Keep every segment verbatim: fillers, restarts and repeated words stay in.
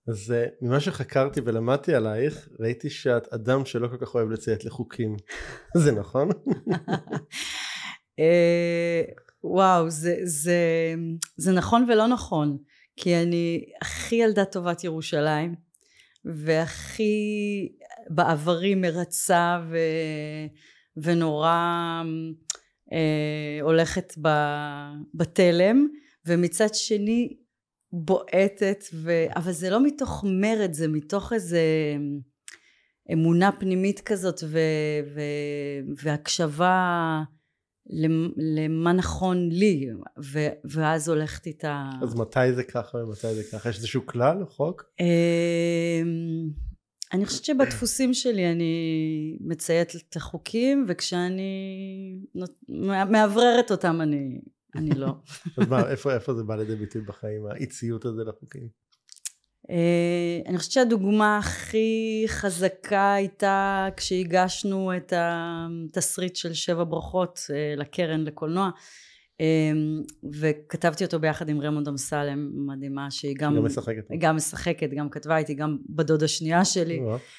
אז ממה שחקרתי ולמדתי עלייך, ראיתי שאת אדם שלא כל כך אוהב לציית לחוקים. זה נכון? וואו, זה, זה, זה נכון ולא נכון, כי אני הכי ילדה טובת ירושלים, והכי בעברי מרצה ו, ונורא אה, הולכת ב, בתלם, ומצד שני בועטת, ו, אבל זה לא מתוך מרד, זה מתוך איזה אמונה פנימית כזאת, ו, ו, והקשבה למה נכון לי, ו, ואז הולכת איתה. אז מתי זה ככה ומתי זה ככה? יש איזשהו כלל או חוק? אני חושבת שבדפוסים שלי אני מצייתת לחוקים, וכשאני מעבררת אותם אני, אני לא. אז מה, איפה, איפה זה בא לידי ביטוי בחיים, האי ציות הזה לחוקים? אני חושבת שהדוגמה הכי חזקה הייתה כשהגשנו את התסריט של שבע ברכות לקרן לקולנוע, וכתבתי אותו ביחד עם רמונד אמסלם, מדהימה, שהיא גם, גם משחקת, גם משחקת, גם כתבה איתי, גם בדוד השנייה שלי.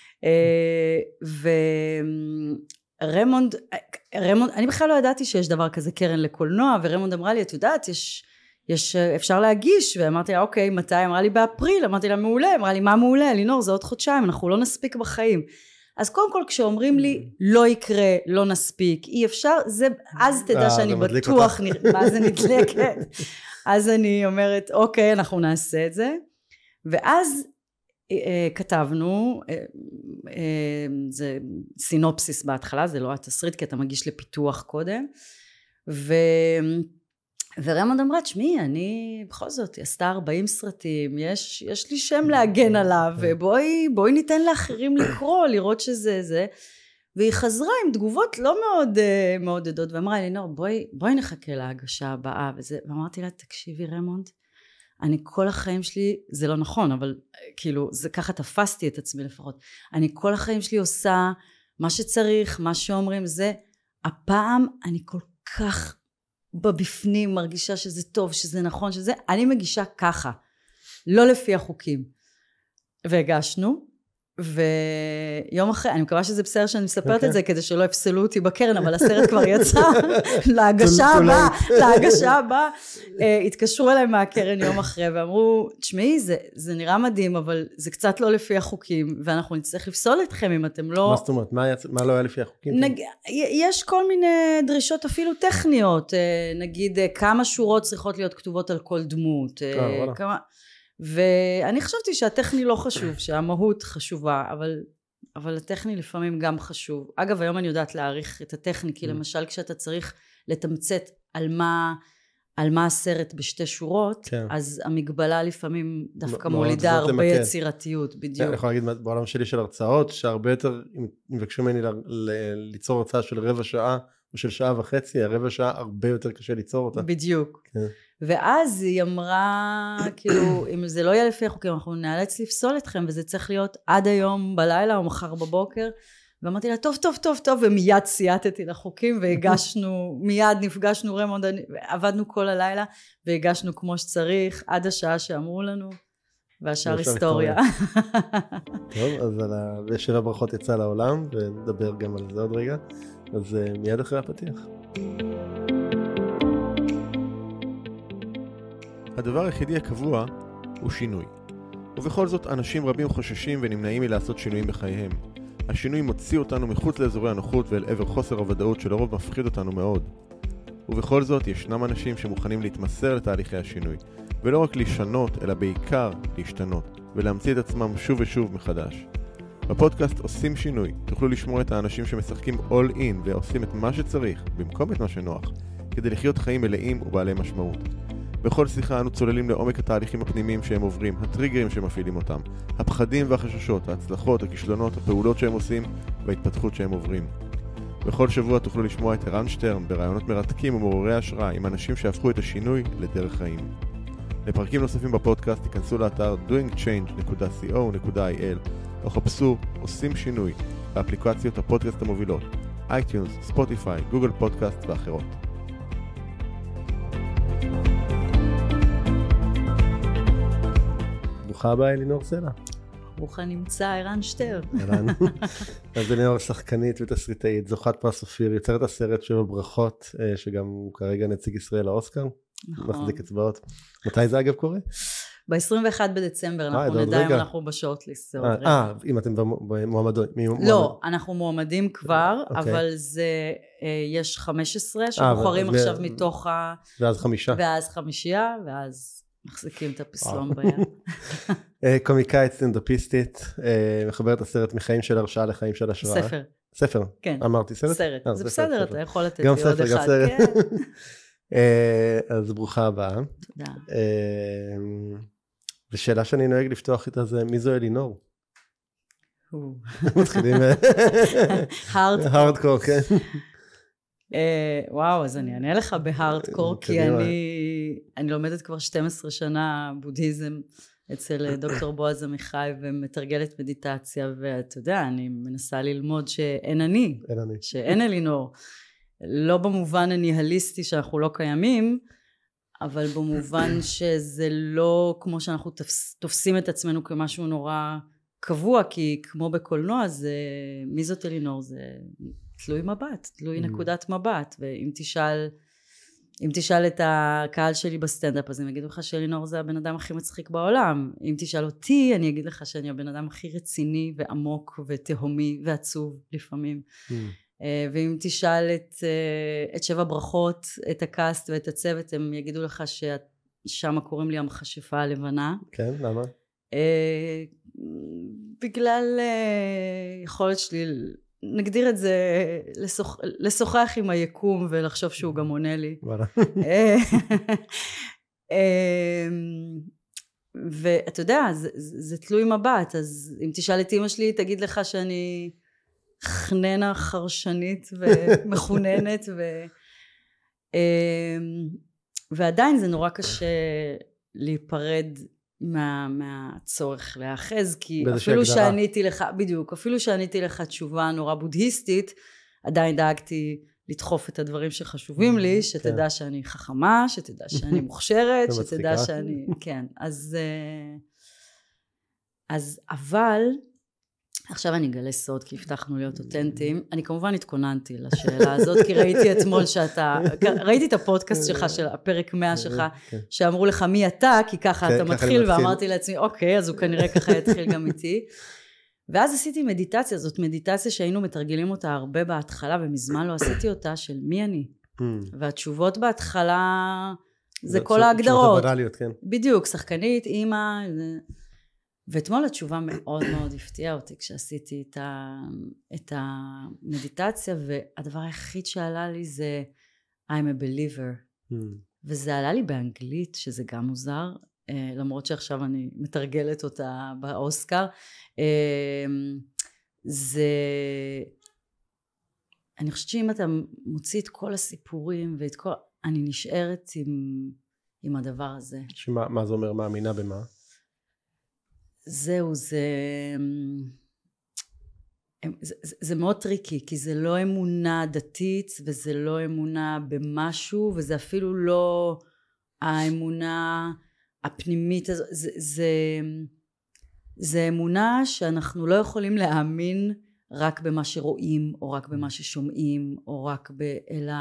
ורמונד, רמונד, אני בכלל לא ידעתי שיש דבר כזה קרן לקולנוע, ורמונד אמרה לי, את יודעת, יש יש, אפשר להגיש, ואמרתי לה, אוקיי, מתי? אמרה לי באפריל, אמרתי לה, מעולה, אמרה לי, מה מעולה? לינור, זה עוד חודשיים, אנחנו לא נספיק בחיים. אז קודם כל, כשאומרים לי, לא יקרה, לא נספיק, אי אפשר, זה, אז תדע שאני בטוח, מה זה נדלקת? אז אני אומרת, אוקיי, אנחנו נעשה את זה, ואז כתבנו, זה סינופסיס בהתחלה, זה לא התסריט, כי אתה מגיש לפיתוח קודם, ו... ורמונד אמרה, תשמעי, אני בכל זאת, היא עשתה ארבעים סרטים, יש, יש לי שם להגן עליו, ובואי, בואי ניתן לאחרים לקרוא, לראות שזה זה, והיא חזרה עם תגובות לא מאוד מעודדות, ואמרה לי, נור, בואי, בואי נחכה להגשה הבאה, וזה, ואמרתי לה, תקשיבי רמונד, אני כל החיים שלי, זה לא נכון, אבל כאילו, זה ככה תפסתי את עצמי לפחות, אני כל החיים שלי עושה מה שצריך, מה שאומרים, זה, הפעם אני כל כך בבפנים מרגישה שזה טוב, שזה נכון, שזה, אני מגישה ככה, לא לפי החוקים. והגשנו, ויום אחרי, אני מקווה שזה בסדר שאני מספרת את זה, כדי שלא יפסלו אותי בקרן, אבל הסרט כבר יצא, להגשה הבאה, להגשה הבאה, התקשרו אליי מהקרן יום אחרי, ואמרו, תשמעי, זה נראה מדהים, אבל זה קצת לא לפי החוקים, ואנחנו נצטרך לפסול אתכם אם אתם לא... מה זאת אומרת? מה לא היה לפי החוקים? יש כל מיני דרישות אפילו טכניות, נגיד כמה שורות צריכות להיות כתובות על כל דמות, כמה... ואני חשבתי שהטכני לא חשוב, שהמהות חשובה, אבל, אבל הטכני לפעמים גם חשוב. אגב, היום אני יודעת להעריך את הטכני, כי למשל כשאתה צריך לתמצת על מה, על מה הסרט בשתי שורות, כן. אז המגבלה לפעמים דווקא מולידה הרבה למקד. יצירתיות, בדיוק. אני יכול להגיד בעולם שלי של הרצאות, שהרבה יותר, אם מבקשו ממני ליצור הרצאה של רבע שעה, או של שעה וחצי, הרבע שעה הרבה יותר קשה ליצור אותה. בדיוק. כן. ואז היא אמרה, כאילו, אם זה לא יהיה לפי החוקים, אנחנו נאלץ לפסול אתכם, וזה צריך להיות עד היום בלילה או מחר בבוקר, ואמרתי לה, טוב, טוב, טוב, טוב, ומיד סייעתתי לחוקים, והגשנו, מיד נפגשנו רמונד, עבדנו כל הלילה, והגשנו כמו שצריך, עד השעה שאמרו לנו, והשאר היסטוריה. טוב, אז שבע ברכות יצא לעולם, ונדבר גם על זה עוד רגע, אז מיד אחרי הפתיח. הדבר היחידי הקבוע הוא שינוי. ובכל זאת אנשים רבים חוששים ונמנעים מלעשות שינויים בחייהם. השינוי מוציא אותנו מחוץ לאזורי הנוחות ואל עבר חוסר הוודאות שלרוב מפחיד אותנו מאוד. ובכל זאת ישנם אנשים שמוכנים להתמסר לתהליכי השינוי, ולא רק לשנות אלא בעיקר להשתנות, ולהמציא את עצמם שוב ושוב מחדש. בפודקאסט עושים שינוי, תוכלו לשמוע את האנשים שמשחקים all in ועושים את מה שצריך במקום את מה שנוח, כדי לחיות חיים מלאים ובעלי משמעות. בכל שיחה אנו צוללים לעומק התהליכים הפנימיים שהם עוברים, הטריגרים שמפעילים אותם, הפחדים והחששות, ההצלחות, הכישלונות, הפעולות שהם עושים וההתפתחות שהם עוברים. בכל שבוע תוכלו לשמוע את ערן שטרן ברעיונות מרתקים ומעוררי השראה עם אנשים שהפכו את השינוי לדרך חיים. לפרקים נוספים בפודקאסט תיכנסו לאתר doing change dot co dot il או חפשו עושים שינוי באפליקציות הפודקאסט המובילות, אייטיונס, ספוטיפיי, גוגל פודקאסט ואחרות. ברוכה הבאה אלינור סלע. ברוכה נמצא ערן שטר. ערן. אז אלינור שחקנית ותסריטאית, זוכת פרס אופיר, יוצרת הסרט שבע ברכות, שגם הוא כרגע נציג ישראל לאוסקר. נכון. מחזיק אצבעות. מתי זה אגב קורה? ב-עשרים ואחד בדצמבר אנחנו נדע אם אנחנו בשורטליסט. אה, אם אתם במועמדות. לא, אנחנו מועמדים כבר, אבל זה, יש חמש עשרה שבוחרים עכשיו מתוך ה... ואז חמישה. ואז חמישייה, ואז מחזיקים את הפסלון ביד. קומיקאית סטנדאפיסטית, מחברת הסרט מחיים של הרשעה לחיים של השראה. ספר. ספר? כן. אמרתי סרט? סרט. זה בסדר, אתה יכול לתת לי עוד אחד. גם ספר, גם סרט. אז ברוכה הבאה. תודה. ושאלה שאני נוהג לפתוח איתה זה, מי זו אלינור? מתחילים... הארדקור, כן. וואו, אז אני אענה לך בהארדקור, כי אני לומדת כבר שתים עשרה שנה בודהיזם אצל דוקטור בועז עמיחי, ומתרגלת מדיטציה, ואתה יודע, אני מנסה ללמוד שאין אני, שאין אלינור. לא במובן הניהליסטי שאנחנו לא קיימים, אבל במובן שזה לא כמו שאנחנו תופס, תופסים את עצמנו כמשהו נורא קבוע, כי כמו בקולנוע זה, מי זאת אלינור? זה תלוי מבט, תלוי mm. נקודת מבט, ואם תשאל, אם תשאל את הקהל שלי בסטנדאפ, אז הם יגידו לך שאלינור זה הבן אדם הכי מצחיק בעולם. אם תשאל אותי, אני אגיד לך שאני הבן אדם הכי רציני ועמוק ותהומי ועצוב לפעמים. Mm. ואם תשאל את, את שבע ברכות, את הקאסט ואת הצוות, הם יגידו לך ששם קוראים לי המכשפה הלבנה. כן, למה? בגלל יכולת שלי, נגדיר את זה, לשוח, לשוחח עם היקום ולחשוב שהוא גם עונה לי. ואתה יודע, זה, זה תלוי מבט, אז אם תשאל את אמא שלי, תגיד לך שאני... חננה חרשנית ומכוננת ו... ועדיין זה נורא קשה להיפרד מה, מהצורך להאחז, כי אפילו שעניתי לך, בדיוק, אפילו שעניתי לך תשובה נורא בודהיסטית, עדיין דאגתי לדחוף את הדברים שחשובים לי, שתדע שאני חכמה, שתדע שאני מוכשרת, שתדע שאני, כן, אז, אז אבל, עכשיו אני אגלה סוד, כי הבטחנו להיות אותנטיים. אני כמובן התכוננתי לשאלה הזאת, כי ראיתי אתמול שאתה, ראיתי את הפודקאסט שלך, של הפרק מאה שלך, שאמרו לך מי אתה, כי ככה אתה מתחיל, ואמרתי לעצמי, אוקיי, אז הוא כנראה ככה יתחיל גם איתי. ואז עשיתי מדיטציה, זאת מדיטציה שהיינו מתרגלים אותה הרבה בהתחלה, ומזמן לא עשיתי אותה, של מי אני. והתשובות בהתחלה, זה כל ההגדרות. בדיוק, שחקנית, אימא, ואתמול התשובה מאוד מאוד הפתיעה אותי כשעשיתי את, ה, את המדיטציה, והדבר היחיד שעלה לי זה I'm a believer. Mm. וזה עלה לי באנגלית, שזה גם מוזר, למרות שעכשיו אני מתרגלת אותה באוסקר. זה, אני חושבת שאם אתה מוציא את כל הסיפורים, ואת כל, אני נשארת עם, עם הדבר הזה. שמה, מה זה אומר? מאמינה במה? זהו, זה, זה, זה מאוד טריקי, כי זה לא אמונה דתית, וזה לא אמונה במשהו, וזה אפילו לא האמונה הפנימית, זה, זה, זה, זה אמונה שאנחנו לא יכולים להאמין רק במה שרואים, או רק במה ששומעים, או רק ב... אלא...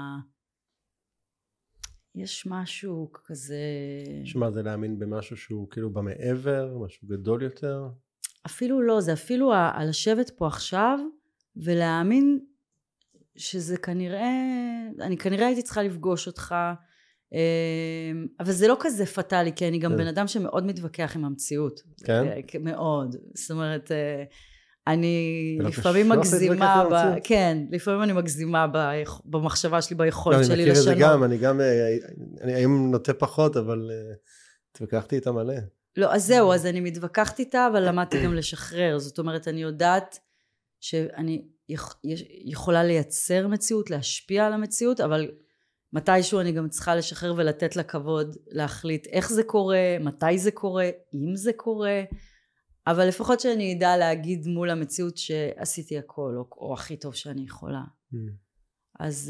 יש משהו כזה... שמה זה להאמין במשהו שהוא כאילו במעבר, משהו גדול יותר? אפילו לא, זה אפילו על לשבת פה עכשיו ולהאמין שזה כנראה, אני כנראה הייתי צריכה לפגוש אותך, אבל זה לא כזה פטלי, כי אני גם בן אדם שמאוד מתווכח עם המציאות. כן? מאוד, זאת אומרת... אני לפעמים מגזימה, ב... כן, לפעמים אני מגזימה ב... במחשבה שלי, ביכולת שלי לשנות. אני מכיר את זה גם, אני גם, אני היום נוטה פחות, אבל התווכחתי איתה מלא. לא, אז זהו, אז אני מתווכחת איתה, אבל למדתי גם לשחרר. זאת אומרת, אני יודעת שאני יכולה לייצר מציאות, להשפיע על המציאות, אבל מתישהו אני גם צריכה לשחרר ולתת לה כבוד, להחליט איך זה קורה, מתי זה קורה, אם זה קורה, אבל לפחות שאני אדע להגיד מול המציאות שעשיתי הכל, או, או הכי טוב שאני יכולה. Mm. אז,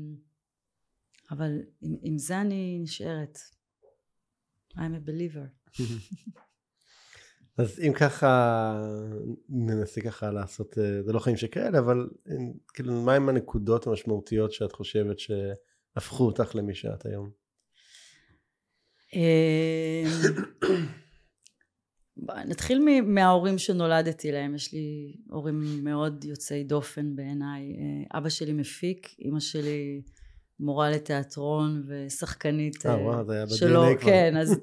אבל עם, עם זה אני נשארת. I'm a believer. אז אם ככה, ננסה ככה לעשות, זה לא חיים שכאלה, אבל כאילו, מה עם הנקודות המשמעותיות שאת חושבת שהפכו אותך למי שאת היום? נתחיל מההורים שנולדתי להם. יש לי הורים מאוד יוצאי דופן בעיניי. אבא שלי מפיק, אמא שלי מורה לתיאטרון ושחקנית אה, וואו, זה היה שלו, בדי.אן.איי כבר. כן, אז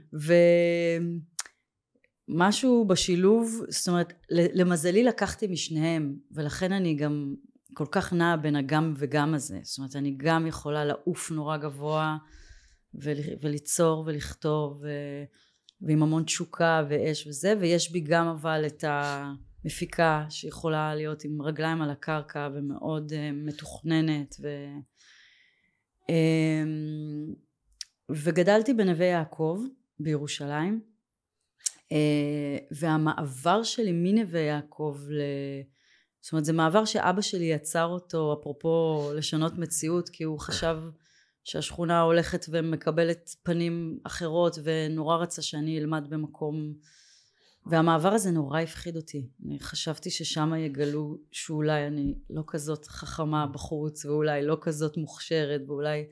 ומשהו בשילוב, זאת אומרת, למזלי לקחתי משניהם, ולכן אני גם כל כך נעה בין הגם וגם הזה. זאת אומרת, אני גם יכולה לעוף נורא גבוה וליצור ולכתוב ו... ועם המון תשוקה ואש וזה, ויש בי גם אבל את המפיקה שיכולה להיות עם רגליים על הקרקע ומאוד uh, מתוכננת ו... um, וגדלתי בנווה יעקב בירושלים, uh, והמעבר שלי מנווה יעקב ל... זאת אומרת, זה מעבר שאבא שלי יצר אותו, אפרופו לשנות מציאות, כי הוא חשב שהשכונה הולכת ומקבלת פנים אחרות, ונורא רצה שאני אלמד במקום, והמעבר הזה נורא הפחיד אותי. אני חשבתי ששם יגלו שאולי אני לא כזאת חכמה בחוץ, ואולי לא כזאת מוכשרת, ואולי...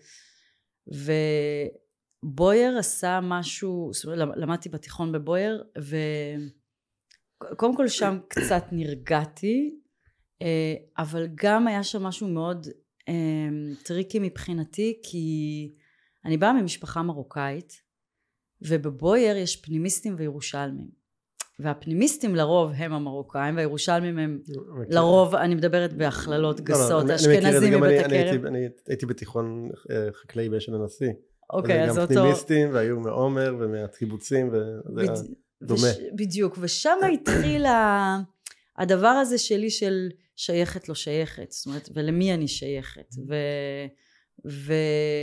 ובויר עשה משהו, זאת אומרת, למדתי בתיכון בבויר, וקודם כל שם קצת נרגעתי, אבל גם היה שם משהו מאוד טריקי מבחינתי, כי אני באה ממשפחה מרוקאית, ובבויר יש פנימיסטים וירושלמים, והפנימיסטים לרוב הם המרוקאים, והירושלמים הם לרוב, אני מדברת בהכללות גסות, אשכנזים מבית הכרם. אני הייתי בתיכון חקלאי באשל הנשיא, אוקיי, אז גם אותו... פנימיסטים, והיו מעומר ומהקיבוצים, וזה היה דומה. בדיוק, ושם התחיל הדבר הזה שלי של שייכת לא שייכת, זאת אומרת, ולמי אני שייכת, ו... ו...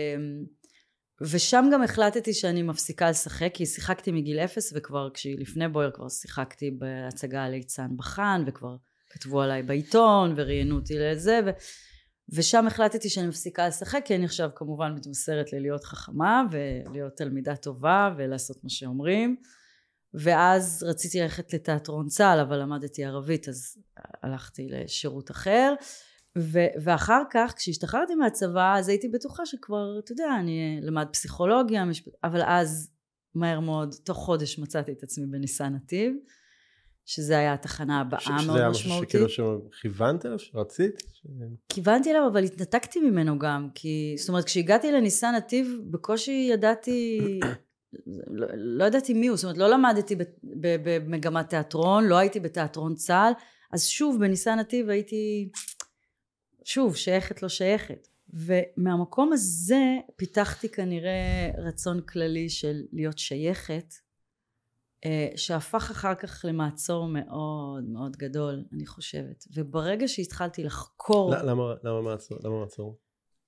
ושם גם החלטתי שאני מפסיקה לשחק, כי שיחקתי מגיל אפס, וכבר כשלפני בויר כבר שיחקתי בהצגה על ליצן בחן, וכבר כתבו עליי בעיתון, וראיינו אותי לזה, ו... ושם החלטתי שאני מפסיקה לשחק, כי אני עכשיו כמובן מתמסרת ללהיות חכמה, ולהיות תלמידה טובה, ולעשות מה שאומרים, ואז רציתי ללכת לתיאטרון צה"ל, אבל למדתי ערבית, אז הלכתי לשירות אחר, ו- ואחר כך כשהשתחררתי מהצבא, אז הייתי בטוחה שכבר, אתה יודע, אני למד פסיכולוגיה, משפט... אבל אז מהר מאוד, תוך חודש מצאתי את עצמי בניסן נתיב, שזה היה התחנה הבאה ש- מאוד משמעותית. שזה היה משהו שכאילו שכיוונת אליו, שרצית? ש... כיוונתי אליו, אבל התנתקתי ממנו גם, כי, זאת אומרת, כשהגעתי לניסן נתיב, בקושי ידעתי... לא, לא ידעתי מי הוא, זאת אומרת לא למדתי במגמת תיאטרון, לא הייתי בתיאטרון צה"ל, אז שוב בניסן נתיב הייתי שוב שייכת לא שייכת, ומהמקום הזה פיתחתי כנראה רצון כללי של להיות שייכת, שהפך אחר כך למעצור מאוד מאוד גדול, אני חושבת. וברגע שהתחלתי לחקור... למה, למה מעצור? למה מעצור?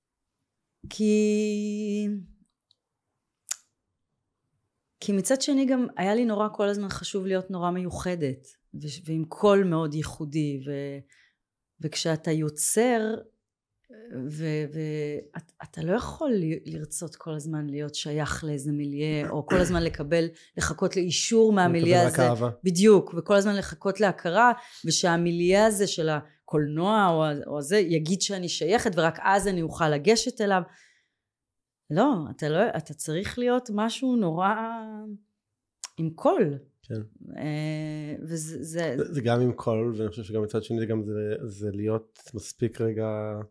כי... כי מצד שני גם היה לי נורא כל הזמן חשוב להיות נורא מיוחדת, ו- ועם קול מאוד ייחודי, ו- וכשאתה יוצר, ואתה ו- לא יכול לרצות כל הזמן להיות שייך לאיזה מיליה, או כל הזמן לקבל, לחכות לאישור מהמיליה הזה, בדיוק, וכל הזמן לחכות להכרה, ושהמיליה הזה של הקולנוע או, או זה יגיד שאני שייכת, ורק אז אני אוכל לגשת אליו. לא, אתה לא, אתה צריך להיות משהו נורא עם קול. כן. וזה... זה, זה גם עם קול, ואני חושב שגם מצד שני גם זה, זה להיות מספיק רגע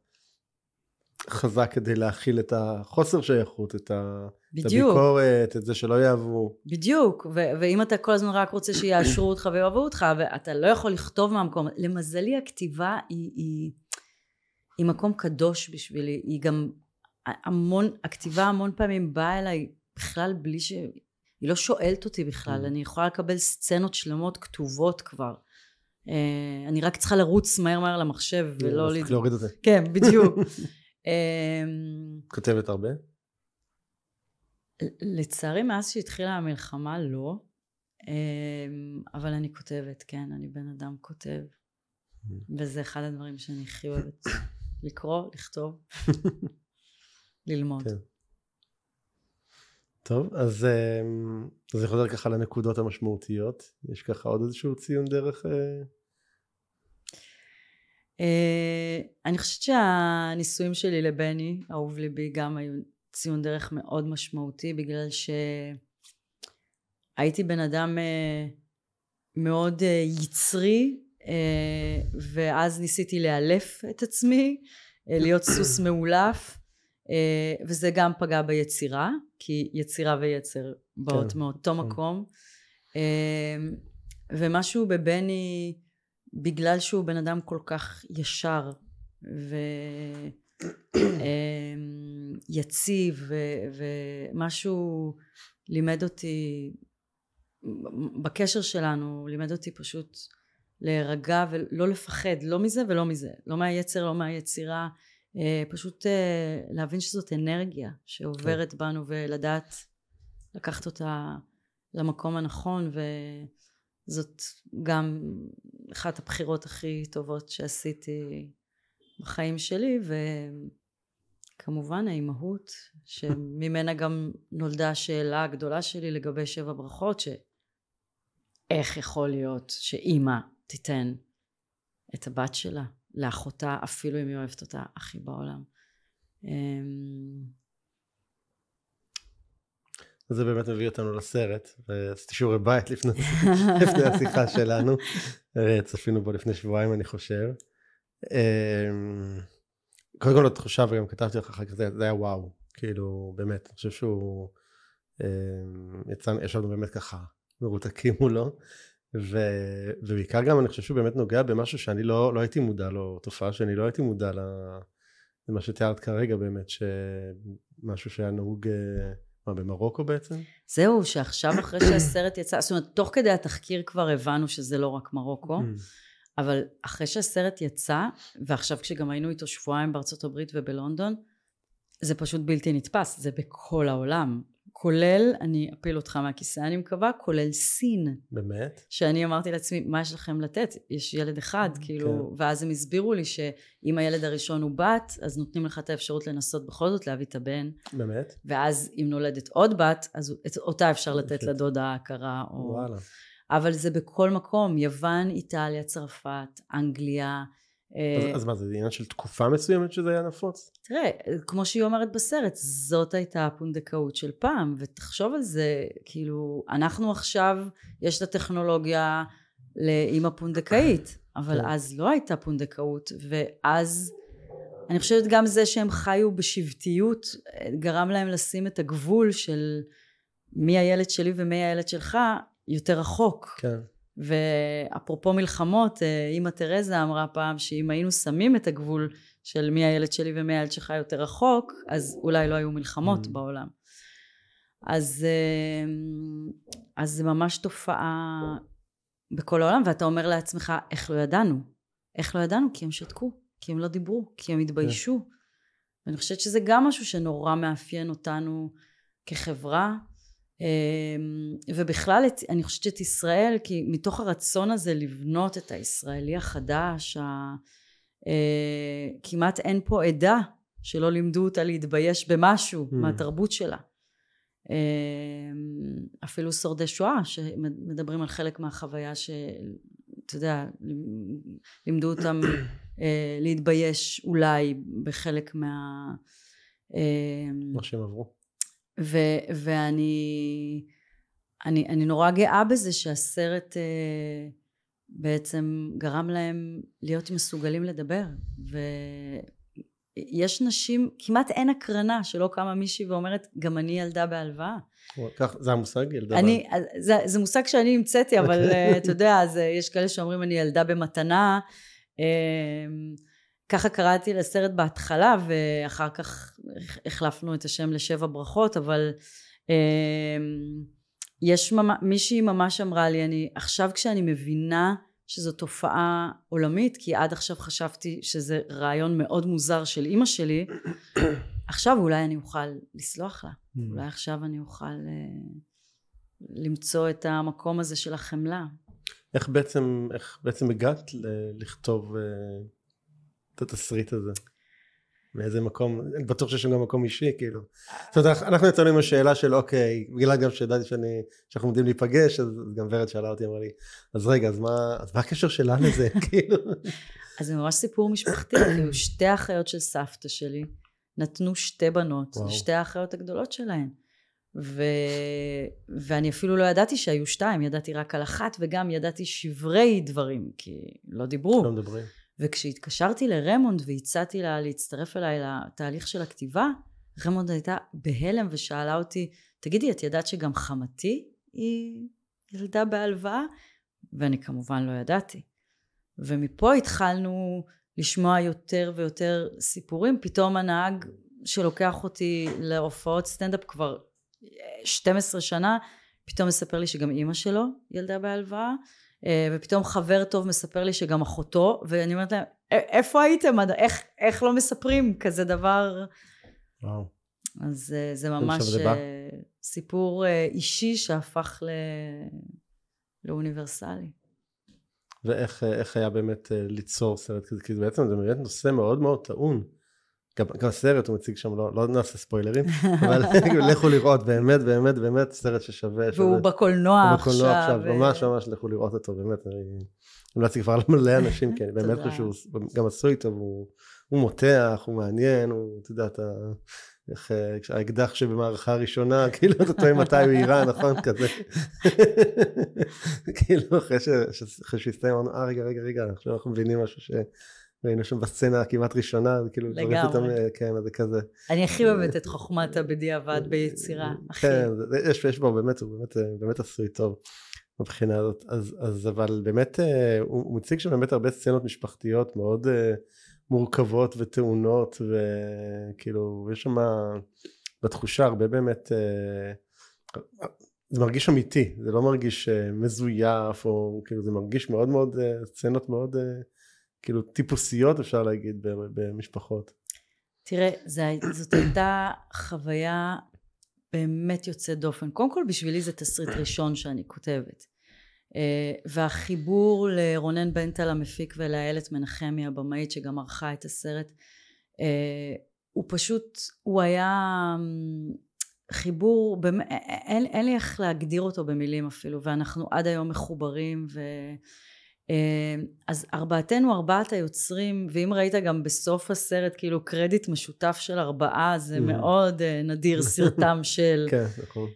חזק כדי להכיל את החוסר שייכות, את, ה, את הביקורת, את זה שלא יאהבו. בדיוק, ו- ואם אתה כל הזמן רק רוצה שיאשרו אותך ויאהבו אותך, ואתה לא יכול לכתוב מהמקום. למזלי הכתיבה היא, היא, היא מקום קדוש בשבילי, היא גם... המון, הכתיבה המון פעמים באה אליי בכלל בלי ש... היא לא שואלת אותי בכלל, אני יכולה לקבל סצנות שלמות כתובות כבר. אני רק צריכה לרוץ מהר מהר למחשב ולא... צריך להוריד את זה. כן, בדיוק. כותבת הרבה? לצערי מאז שהתחילה המלחמה לא, אבל אני כותבת, כן, אני בן אדם כותב. וזה אחד הדברים שאני הכי אוהבת. לקרוא, לכתוב. ללמוד. כן. טוב, אז זה חוזר ככה לנקודות המשמעותיות. יש ככה עוד איזשהו ציון דרך? אני חושבת שהניסויים שלי לבני, אהוב ליבי, גם היו ציון דרך מאוד משמעותי, בגלל שהייתי בן אדם מאוד יצרי, ואז ניסיתי לאלף את עצמי, להיות סוס מאולף, וזה גם פגע ביצירה, כי יצירה ויצר באות כן, מאותו כן. מקום. ומשהו בבני, בגלל שהוא בן אדם כל כך ישר ויציב, ומשהו לימד אותי, בקשר שלנו, לימד אותי פשוט להירגע ולא לפחד, לא מזה ולא מזה, לא מהיצר, לא מהיצירה, פשוט להבין שזאת אנרגיה שעוברת כן. בנו, ולדעת לקחת אותה למקום הנכון, וזאת גם אחת הבחירות הכי טובות שעשיתי בחיים שלי, וכמובן האימהות, שממנה גם נולדה השאלה הגדולה שלי לגבי שבע ברכות, שאיך יכול להיות שאימא תיתן את הבת שלה לאחותה, אפילו אם היא אוהבת אותה הכי בעולם. זה באמת מביא אותנו לסרט, ועשיתי שיעורי בית לפני, לפני השיחה שלנו, צפינו בו לפני שבועיים אני חושב. קודם כל התחושה, וגם כתבתי לך אחר כך, זה היה וואו, כאילו באמת, אני חושב שהוא, יצאנו, ישבנו באמת ככה, מרותקים מולו, ו, ובעיקר גם אני חושב שהוא באמת נוגע במשהו שאני לא, לא הייתי מודע לו, תופעה שאני לא הייתי מודע למה שתיארת כרגע באמת, שמשהו שהיה נהוג, מה, במרוקו בעצם? זהו, שעכשיו אחרי שהסרט יצא, זאת אומרת, תוך כדי התחקיר כבר הבנו שזה לא רק מרוקו, אבל אחרי שהסרט יצא, ועכשיו כשגם היינו איתו שבועיים בארצות הברית ובלונדון, זה פשוט בלתי נתפס, זה בכל העולם. כולל, אני אפיל אותך מהכיסא, אני מקווה, כולל סין. באמת? שאני אמרתי לעצמי, מה יש לכם לתת? יש ילד אחד, כאילו, ואז הם הסבירו לי שאם הילד הראשון הוא בת, אז נותנים לך את האפשרות לנסות בכל זאת להביא את הבן. באמת? ואז אם נולדת עוד בת, אז אותה אפשר לתת לדודה ההכרה. וואלה. אבל זה בכל מקום, יוון, איטליה, צרפת, אנגליה. אז, אז מה, זה עניין של תקופה מסוימת שזה היה נפוץ? תראה, כמו שהיא אומרת בסרט, זאת הייתה הפונדקאות של פעם, ותחשוב על זה, כאילו, אנחנו עכשיו, יש את הטכנולוגיה לאמא פונדקאית, אבל אז לא הייתה פונדקאות, ואז אני חושבת גם זה שהם חיו בשבטיות, גרם להם לשים את הגבול של מי הילד שלי ומי הילד שלך, יותר רחוק. כן. ואפרופו מלחמות, אמא תרזה אמרה פעם שאם היינו שמים את הגבול של מי הילד שלי ומי הילד שלך יותר רחוק, אז אולי לא היו מלחמות mm. בעולם. אז, אז זה ממש תופעה בכל העולם, ואתה אומר לעצמך, איך לא ידענו? איך לא ידענו? כי הם שתקו, כי הם לא דיברו, כי הם התביישו. Yeah. ואני חושבת שזה גם משהו שנורא מאפיין אותנו כחברה, ובכלל אני חושבת את ישראל, כי מתוך הרצון הזה לבנות את הישראלי החדש, כמעט אין פה עדה שלא לימדו אותה להתבייש במשהו mm. מהתרבות שלה. אפילו שורדי שואה שמדברים על חלק מהחוויה שאתה יודע, לימדו אותם להתבייש אולי בחלק מה... מה שהם עברו. ו- ואני אני, אני נורא גאה בזה שהסרט אה, בעצם גרם להם להיות מסוגלים לדבר, ויש נשים, כמעט אין הקרנה שלא קמה מישהי ואומרת גם אני ילדה בהלוואה. כך, זה המושג ילדה אני, זה, זה מושג שאני המצאתי, אבל אתה יודע, אז, יש כאלה שאומרים אני ילדה במתנה, אה, ככה קראתי לסרט בהתחלה, ואחר כך החלפנו את השם לשבע ברכות, אבל אה, יש ממש, מישהי ממש אמרה לי, אני עכשיו כשאני מבינה שזו תופעה עולמית, כי עד עכשיו חשבתי שזה רעיון מאוד מוזר של אמא שלי, עכשיו אולי אני אוכל לסלוח לה, אולי עכשיו אני אוכל אה, למצוא את המקום הזה של החמלה. איך בעצם, איך בעצם הגעת לכתוב... את התסריט הזה? מאיזה מקום, אני בטוח שיש גם מקום אישי, כאילו. זאת אומרת, אנחנו יצאנו עם השאלה של, אוקיי, בגלל גם שידעתי שאני, שאנחנו עומדים להיפגש, אז גם ורד שאלה אותי, אמרה לי, אז רגע, אז מה, אז מה הקשר שלה לזה, כאילו? אז זה ממש סיפור משפחתי, כאילו, שתי האחיות של סבתא שלי, נתנו שתי בנות, שתי האחיות הגדולות שלהן. ו... ואני אפילו לא ידעתי שהיו שתיים, ידעתי רק על אחת, וגם ידעתי שברי דברים, כי לא דיברו. לא מדברים. וכשהתקשרתי לרמונד והצעתי לה להצטרף אליי לתהליך של הכתיבה, רמונד הייתה בהלם ושאלה אותי, תגידי, את ידעת שגם חמתי היא ילדה בהלוואה? ואני כמובן לא ידעתי. ומפה התחלנו לשמוע יותר ויותר סיפורים, פתאום הנהג שלוקח אותי להופעות סטנדאפ כבר שתים עשרה שנה, פתאום מספר לי שגם אמא שלו ילדה בהלוואה, ופתאום חבר טוב מספר לי שגם אחותו, ואני אומרת להם, איפה הייתם? איך, איך לא מספרים כזה דבר? וואו. אז זה ממש סיפור אישי שהפך ל... לאוניברסלי. ואיך איך היה באמת ליצור סרט כזה? כי בעצם זה באמת נושא מאוד מאוד טעון. גם, גם הסרט הוא מציג שם, לא, לא נעשה ספוילרים, אבל לכו לראות, באמת, באמת, באמת סרט ששווה. והוא שווה, בקולנוע הוא עכשיו. בקולנוע עכשיו, ו... ממש ממש לכו לראות אותו, באמת. אני מלאצתי כבר למלא אנשים, כן, באמת חשוב, גם עשוי טוב, הוא, הוא מותח, הוא מעניין, הוא, אתה יודע, אתה, איך, האקדח שבמערכה הראשונה, כאילו, אתה טועה מתי הוא יירה, נכון, כזה. כאילו, אחרי שהסתיים, אמרנו, אה, רגע, רגע, רגע, עכשיו אנחנו מבינים משהו ש... ראינו שם בסצנה כמעט ראשונה, כאילו, לגמרי. כן, אז זה כזה. אני הכי אוהבת את חוכמת הבדיעבד ביצירה. כן, יש, יש בו, באמת, הוא באמת, באמת עשוי טוב מבחינה הזאת. אז, אז אבל באמת, הוא מציג שם באמת הרבה סצנות משפחתיות מאוד מורכבות וטעונות, וכאילו, יש שם בתחושה הרבה באמת, זה מרגיש אמיתי, זה לא מרגיש מזויף, או כאילו, זה מרגיש מאוד מאוד, סצנות מאוד, כאילו טיפוסיות אפשר להגיד במשפחות. תראה, זאת הייתה חוויה באמת יוצאת דופן. קודם כל בשבילי זה תסריט ראשון שאני כותבת. והחיבור לרונן בנטל המפיק ולאיילת מנחמי הבמאית שגם ערכה את הסרט, הוא פשוט, הוא היה חיבור, אין, אין לי איך להגדיר אותו במילים אפילו, ואנחנו עד היום מחוברים ו... אז ארבעתנו ארבעת היוצרים, ואם ראית גם בסוף הסרט כאילו קרדיט משותף של ארבעה, זה מאוד נדיר סרטם של... כן, נכון.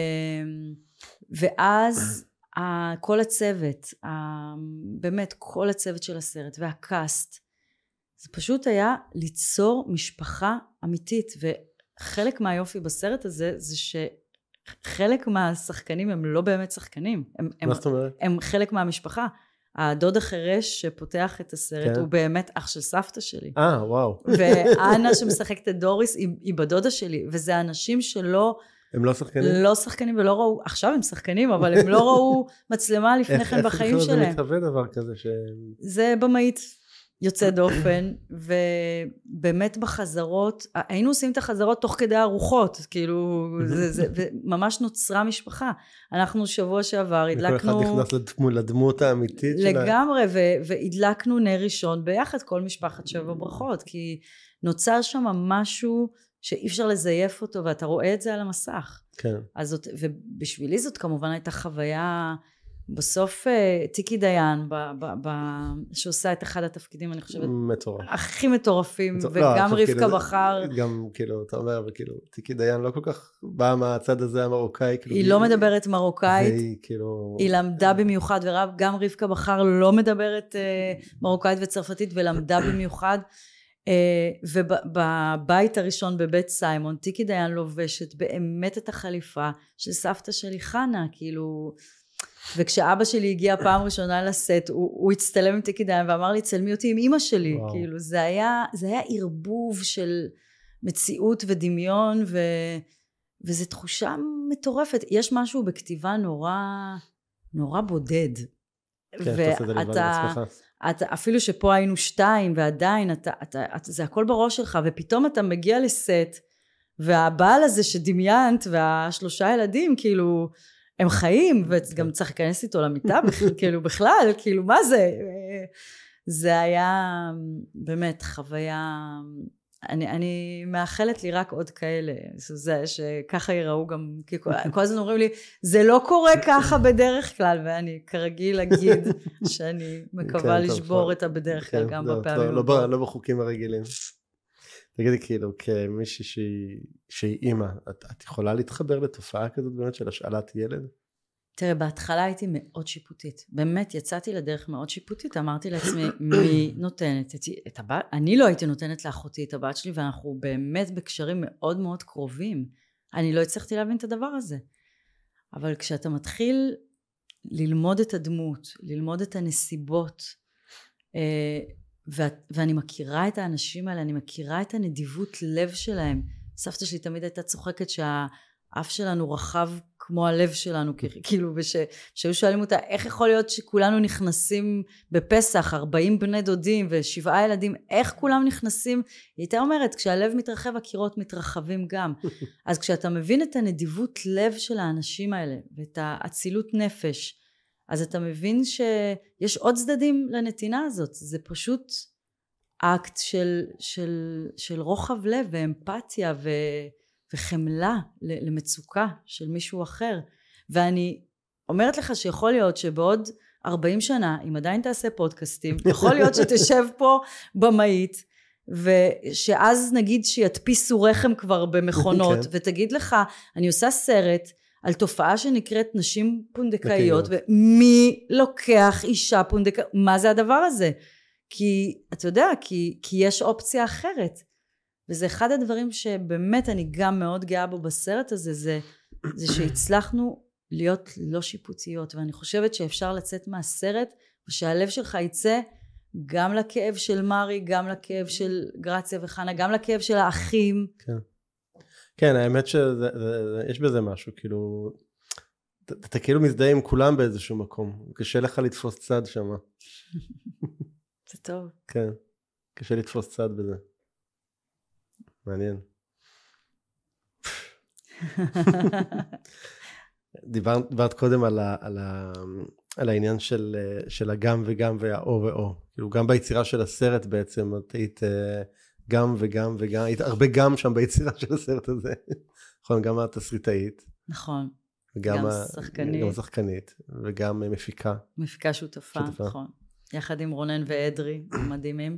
ואז כל הצוות, באמת כל הצוות של הסרט והקאסט, זה פשוט היה ליצור משפחה אמיתית, וחלק מהיופי בסרט הזה זה שחלק מהשחקנים הם לא באמת שחקנים, מה זאת אומרת? הם חלק מהמשפחה. הדוד החירש שפותח את הסרט, הוא באמת אח של סבתא שלי. אה, וואו. ואנה שמשחקת את דוריס היא בדודה שלי, וזה אנשים שלא... הם לא שחקנים? לא שחקנים ולא ראו, עכשיו הם שחקנים, אבל הם לא ראו מצלמה לפני כן בחיים שלהם. איך זה מתהווה דבר כזה ש... זה במאית יוצא דופן, ובאמת בחזרות, היינו עושים את החזרות תוך כדי ארוחות, כאילו, זה, זה, וממש נוצרה משפחה. אנחנו שבוע שעבר הדלקנו... וכל אחד נכנס לדמות, לדמות האמיתית שלה. לגמרי, והדלקנו נר ראשון ביחד, כל משפחת שבע ברכות, כי נוצר שם משהו שאי אפשר לזייף אותו, ואתה רואה את זה על המסך. כן. אז זאת, ובשבילי זאת כמובן הייתה חוויה... בסוף טיקי דיין ב, ב, ב, שעושה את אחד התפקידים אני חושבת מטורף. הכי מטורפים מטורף. וגם לא, רבקה כאילו, בחר גם כאילו אתה אומר וכאילו טיקי דיין לא כל כך באה מהצד הזה המרוקאי כאילו, היא לא מדברת מרוקאית והיא, כאילו... היא למדה במיוחד וגם רבקה בחר לא מדברת מרוקאית וצרפתית ולמדה במיוחד ובבית הראשון בבית סיימון טיקי דיין לובשת באמת את החליפה של סבתא שלי חנה כאילו וכשאבא שלי הגיע פעם ראשונה לסט, הוא, הוא הצטלם עם טיקי דיין ואמר לי, צלמי אותי עם אמא שלי. וואו. כאילו, זה היה, זה היה ערבוב של מציאות ודמיון, ו, וזו תחושה מטורפת. יש משהו בכתיבה נורא, נורא בודד. כן, ואתה עושה את זה לבד בעצמך. אתה, אפילו שפה היינו שתיים, ועדיין, אתה, אתה, אתה, זה הכל בראש שלך, ופתאום אתה מגיע לסט, והבעל הזה שדמיינת, והשלושה ילדים, כאילו... הם חיים, וגם צריך להיכנס איתו למיטה, כאילו בכלל, כאילו מה זה? זה היה באמת חוויה אני, אני מאחלת לי רק עוד כאלה, זה, שככה יראו גם, כי כל, כל הזמן אומרים לי, זה לא קורה ככה בדרך כלל, ואני כרגיל אגיד שאני מקווה כן, לשבור טוב, את הבדרך כלל כן, גם לא, בפעמים. לא, לא, לא בחוקים הרגילים. תגידי, כאילו, כמישהי שהיא, שהיא אימא, את, את יכולה להתחבר לתופעה כזאת באמת של השאלת ילד? תראה, בהתחלה הייתי מאוד שיפוטית, באמת יצאתי לדרך מאוד שיפוטית, אמרתי לעצמי, מי נותנת את, את הבת, אני לא הייתי נותנת לאחותי את הבת שלי, ואנחנו באמת בקשרים מאוד מאוד קרובים, אני לא הצלחתי להבין את הדבר הזה, אבל כשאתה מתחיל ללמוד את הדמות, ללמוד את הנסיבות, ואני מכירה את האנשים האלה, אני מכירה את הנדיבות לב שלהם, סבתא שלי תמיד הייתה צוחקת שהאף שלנו רחב כמו הלב שלנו, כאילו, ושהיו שואלים אותה, איך יכול להיות שכולנו נכנסים בפסח, ארבעים בני דודים ושבעה ילדים, איך כולם נכנסים? היא הייתה אומרת, כשהלב מתרחב, הקירות מתרחבים גם. אז כשאתה מבין את הנדיבות לב של האנשים האלה, ואת האצילות נפש, אז אתה מבין שיש עוד צדדים לנתינה הזאת, זה פשוט אקט של, של, של רוחב לב ואמפתיה ו... וחמלה למצוקה של מישהו אחר. ואני אומרת לך שיכול להיות שבעוד ארבעים שנה, אם עדיין תעשה פודקאסטים, יכול להיות שתשב פה במאית, ושאז נגיד שידפיסו רחם כבר במכונות, ותגיד לך, אני עושה סרט על תופעה שנקראת נשים פונדקאיות, ומי לוקח אישה פונדקאית? מה זה הדבר הזה? כי, אתה יודע, כי, כי יש אופציה אחרת. וזה אחד הדברים שבאמת אני גם מאוד גאה בו בסרט הזה, זה, זה שהצלחנו להיות לא שיפוטיות, ואני חושבת שאפשר לצאת מהסרט, ושהלב שלך יצא גם לכאב של מרי, גם לכאב של גרציה וחנה, גם לכאב של האחים. כן, כן, האמת שיש בזה משהו, כאילו, אתה, אתה כאילו מזדהה עם כולם באיזשהו מקום, קשה לך לתפוס צד שם. זה טוב. כן, קשה לתפוס צד בזה. מעניין. דיברת, דיברת קודם על, ה, על, ה, על העניין של, של הגם וגם והאו ואו. כאילו גם ביצירה של הסרט בעצם, את היית גם וגם וגם, היית הרבה גם שם ביצירה של הסרט הזה. נכון, גם התסריטאית. נכון. גם גם שחקנית. גם שחקנית, וגם מפיקה. מפיקה שותפה, שותפה. נכון. יחד עם רונן ואדרי, מדהימים.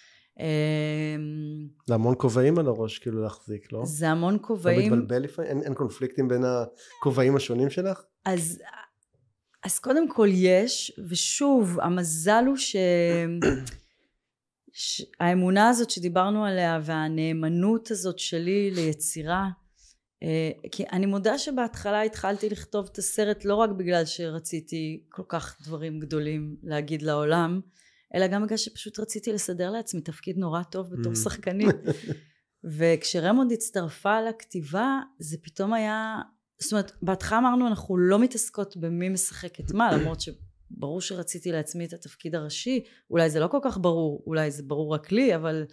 זה המון כובעים על הראש כאילו להחזיק, לא? זה המון כובעים. לא מתבלבל לפעמים? אין, אין קונפליקטים בין הכובעים השונים שלך? אז, אז קודם כל יש, ושוב, המזל הוא ש... שהאמונה הזאת שדיברנו עליה, והנאמנות הזאת שלי ליצירה, כי אני מודה שבהתחלה התחלתי לכתוב את הסרט לא רק בגלל שרציתי כל כך דברים גדולים להגיד לעולם, אלא גם בגלל שפשוט רציתי לסדר לעצמי תפקיד נורא טוב בתור שחקנית. וכשרמונד הצטרפה לכתיבה, זה פתאום היה, זאת אומרת, בהתחלה אמרנו, אנחנו לא מתעסקות במי משחק את מה, למרות שברור שרציתי לעצמי את התפקיד הראשי, אולי זה לא כל כך ברור, אולי זה ברור רק לי, אבל,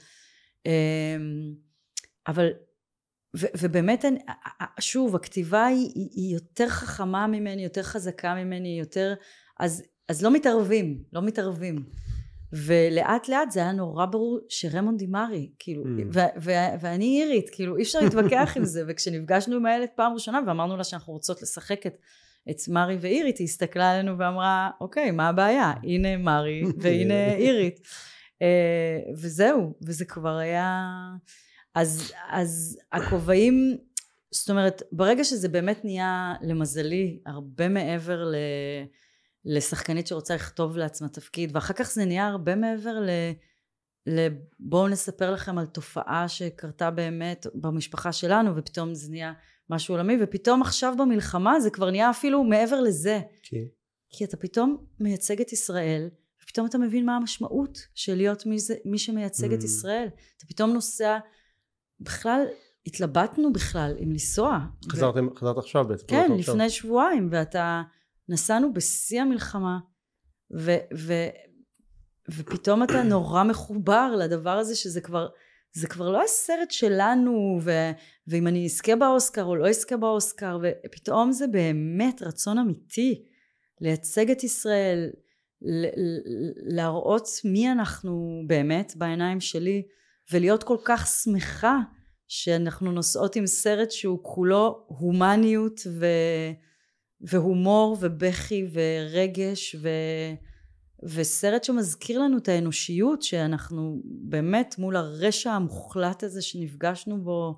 אבל, ו, ובאמת, שוב, הכתיבה היא, היא יותר חכמה ממני, יותר חזקה ממני, יותר, אז, אז לא מתערבים, לא מתערבים. ולאט לאט זה היה נורא ברור שרמונד היא מרי, כאילו, ו- ו- ואני אירית, כאילו, אי אפשר להתווכח עם זה, וכשנפגשנו עם הילד פעם ראשונה, ואמרנו לה שאנחנו רוצות לשחק את, את מרי ואירית, היא הסתכלה עלינו ואמרה, אוקיי, מה הבעיה? הנה מרי, והנה אירית. וזהו, וזה כבר היה, אז, אז הכובעים, זאת אומרת, ברגע שזה באמת נהיה למזלי, הרבה מעבר ל... לשחקנית שרוצה לכתוב לעצמה תפקיד, ואחר כך זה נהיה הרבה מעבר ל... לבואו נספר לכם על תופעה שקרתה באמת במשפחה שלנו, ופתאום זה נהיה משהו עולמי, ופתאום עכשיו במלחמה זה כבר נהיה אפילו מעבר לזה. כי, כי אתה פתאום מייצג את ישראל, ופתאום אתה מבין מה המשמעות של להיות מי, זה, מי שמייצג mm. את ישראל. אתה פתאום נוסע, בכלל, התלבטנו בכלל אם לנסוע. חזרתם, ו... חזרת עכשיו בעצם. כן, לפני עכשיו. שבועיים, ואתה... נסענו בשיא המלחמה, ו, ו, ופתאום אתה נורא מחובר לדבר הזה, שזה כבר, זה כבר לא הסרט שלנו, ו, ואם אני אזכה באוסקר או לא אזכה באוסקר, ופתאום זה באמת רצון אמיתי, לייצג את ישראל, ל, ל, להראות מי אנחנו באמת בעיניים שלי, ולהיות כל כך שמחה שאנחנו נוסעות עם סרט שהוא כולו הומניות ו... והומור ובכי ורגש ו... וסרט שמזכיר לנו את האנושיות שאנחנו באמת מול הרשע המוחלט הזה שנפגשנו בו.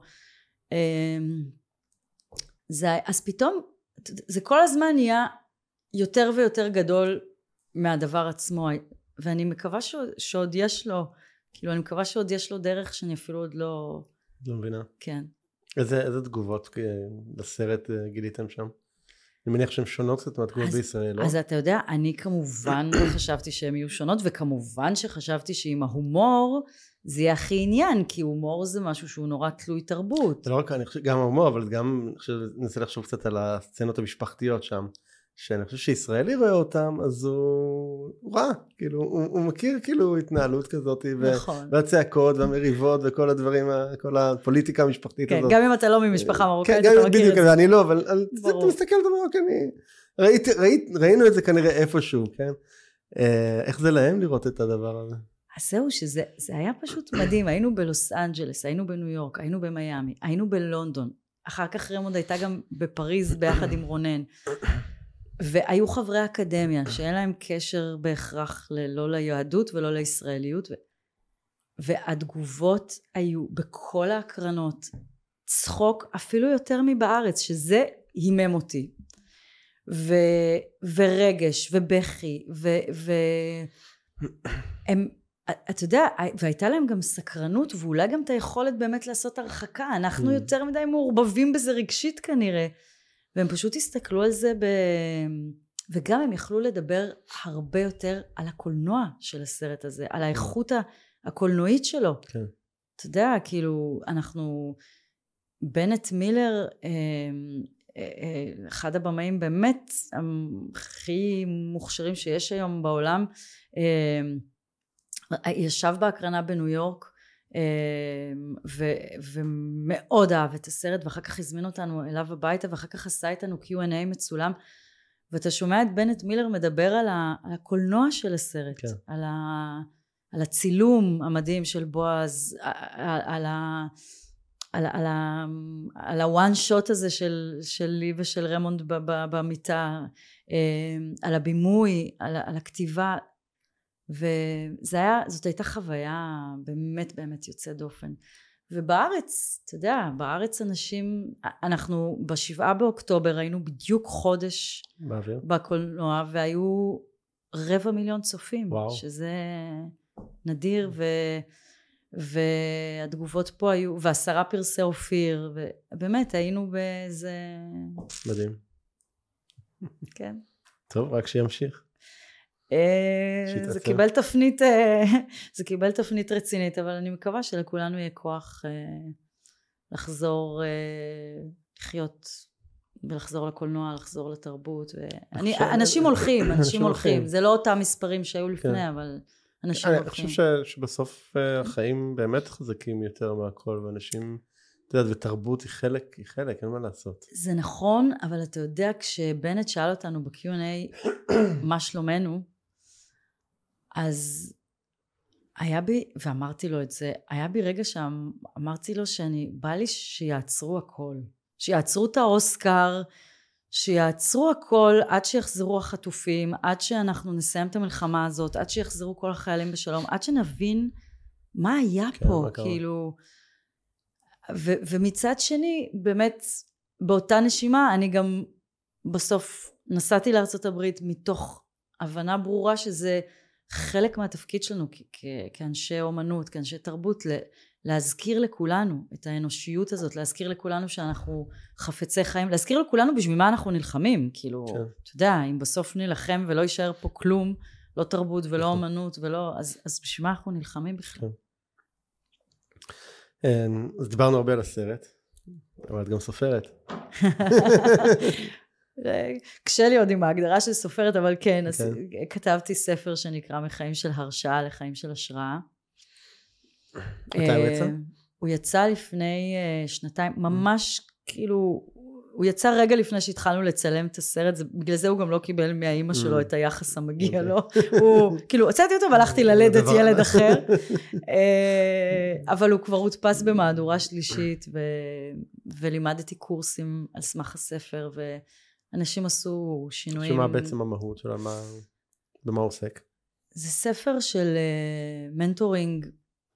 זה, אז פתאום זה כל הזמן נהיה יותר ויותר גדול מהדבר עצמו, ואני מקווה ש... שעוד יש לו, כאילו אני מקווה שעוד יש לו דרך שאני אפילו עוד לא... לא מבינה. כן. איזה, איזה תגובות לסרט גיליתם שם? אני מניח שהן שונות קצת מהתגובות בישראל, לא? אז אתה יודע, אני כמובן חשבתי שהן יהיו שונות, וכמובן שחשבתי שעם ההומור זה יהיה הכי עניין, כי הומור זה משהו שהוא נורא תלוי תרבות. זה לא רק, אני חושב, גם ההומור, אבל גם, אני חושב, ננסה לחשוב קצת על הסצנות המשפחתיות שם, שאני חושב שישראלי רואה אותם, אז הוא, הוא רע, כאילו, הוא, הוא מכיר כאילו התנהלות כזאת, נכון. והצעקות והמריבות וכל הדברים, כל הפוליטיקה המשפחתית כן, הזאת. גם אם אתה לא ממשפחה מרוקאית, כן, אתה מכיר בדיוק, את זה. אני לא, אבל אתה מסתכל על זה, אני... ראית, ראית, ראינו את זה כנראה איפשהו, כן? איך זה להם לראות את הדבר הזה? אז זהו, שזה זה היה פשוט מדהים. היינו בלוס אנג'לס, היינו בניו יורק, היינו במיימי, היינו בלונדון. אחר כך רמונד הייתה גם בפריז ביחד עם רונן. והיו חברי אקדמיה שאין להם קשר בהכרח לא ליהדות ולא לישראליות. ו... והתגובות היו בכל ההקרנות צחוק אפילו יותר מבארץ, שזה הימם אותי. ו... ורגש ובכי ו... ו... הם, אתה יודע, והייתה להם גם סקרנות ואולי גם את היכולת באמת לעשות הרחקה. אנחנו יותר מדי מעורבבים בזה רגשית כנראה, והם פשוט הסתכלו על זה ב... וגם הם יכלו לדבר הרבה יותר על הקולנוע של הסרט הזה, על האיכות הקולנועית שלו. כן. אתה יודע, כאילו אנחנו בנט מילר, אחד הבמאים באמת הכי מוכשרים שיש היום בעולם, ישב בהקרנה בניו יורק ו, ומאוד אהב את הסרט, ואחר כך הזמין אותנו אליו הביתה, ואחר כך עשה איתנו קיו אנד איי מצולם, ואתה שומע את בנט מילר מדבר על, ה, על הקולנוע של הסרט, כן. על, ה, על הצילום המדהים של בועז, על, על ה... על, על, ה, על הוואן שוט הזה של, של לי ושל רמונד במיטה, על הבימוי, על, על הכתיבה, וזה היה, זאת הייתה חוויה באמת באמת יוצאת דופן. ובארץ, אתה יודע, בארץ אנשים, אנחנו בשבעה באוקטובר היינו בדיוק חודש באוויר. בקולנוע, והיו רבע מיליון צופים, וואו. שזה נדיר, ו... והתגובות פה היו, ועשרה פרסי אופיר, ובאמת היינו באיזה... מדהים. כן. טוב, רק שימשיך. זה קיבל תפנית, זה קיבל תפנית רצינית, אבל אני מקווה שלכולנו יהיה כוח לחזור, לחיות, ולחזור לקולנוע, לחזור לתרבות. אנשים הולכים, אנשים הולכים. זה לא אותם מספרים שהיו לפני, אבל... אני חושב שבסוף החיים באמת חזקים יותר מהכל, ואנשים, אתה יודע, ותרבות היא חלק, היא חלק, אין מה לעשות. זה נכון, אבל אתה יודע, כשבנט שאל אותנו ב-קיו אנד איי מה שלומנו, אז היה בי, ואמרתי לו את זה, היה בי רגע שאמרתי לו שאני, בא לי שיעצרו הכל, שיעצרו את האוסקר, שיעצרו הכל עד שיחזרו החטופים, עד שאנחנו נסיים את המלחמה הזאת, עד שיחזרו כל החיילים בשלום, עד שנבין מה היה כן, פה, מה כאילו, ו- ומצד שני, באמת, באותה נשימה, אני גם בסוף נסעתי לארצות הברית מתוך הבנה ברורה שזה חלק מהתפקיד שלנו כ- כ- כאנשי אומנות, כאנשי תרבות, ל- להזכיר לכולנו את האנושיות הזאת, להזכיר לכולנו שאנחנו חפצי חיים, להזכיר לכולנו בשביל מה אנחנו נלחמים, כאילו, כן. אתה יודע, אם בסוף נלחם ולא יישאר פה כלום, לא תרבות ולא אומנות ולא, אז, אז בשביל מה אנחנו נלחמים בכלל? כן. אז דיברנו הרבה על הסרט, אבל את גם סופרת. קשה לי עוד עם ההגדרה של סופרת, אבל כן, אז כתבתי ספר שנקרא מחיים של הרשעה לחיים של השראה. מתי הוא יצא? הוא יצא לפני שנתיים, ממש כאילו הוא יצא רגע לפני שהתחלנו לצלם את הסרט, זה, בגלל זה הוא גם לא קיבל מהאימא שלו את היחס המגיע לו. הוא, כאילו, הוצאתי אותו והלכתי ללדת ילד אחר, אבל הוא כבר הודפס במהדורה שלישית, ו, ולימדתי קורסים על סמך הספר, ואנשים עשו שינויים. שמה בעצם המהות שלה, מה, במה עוסק? זה ספר של מנטורינג,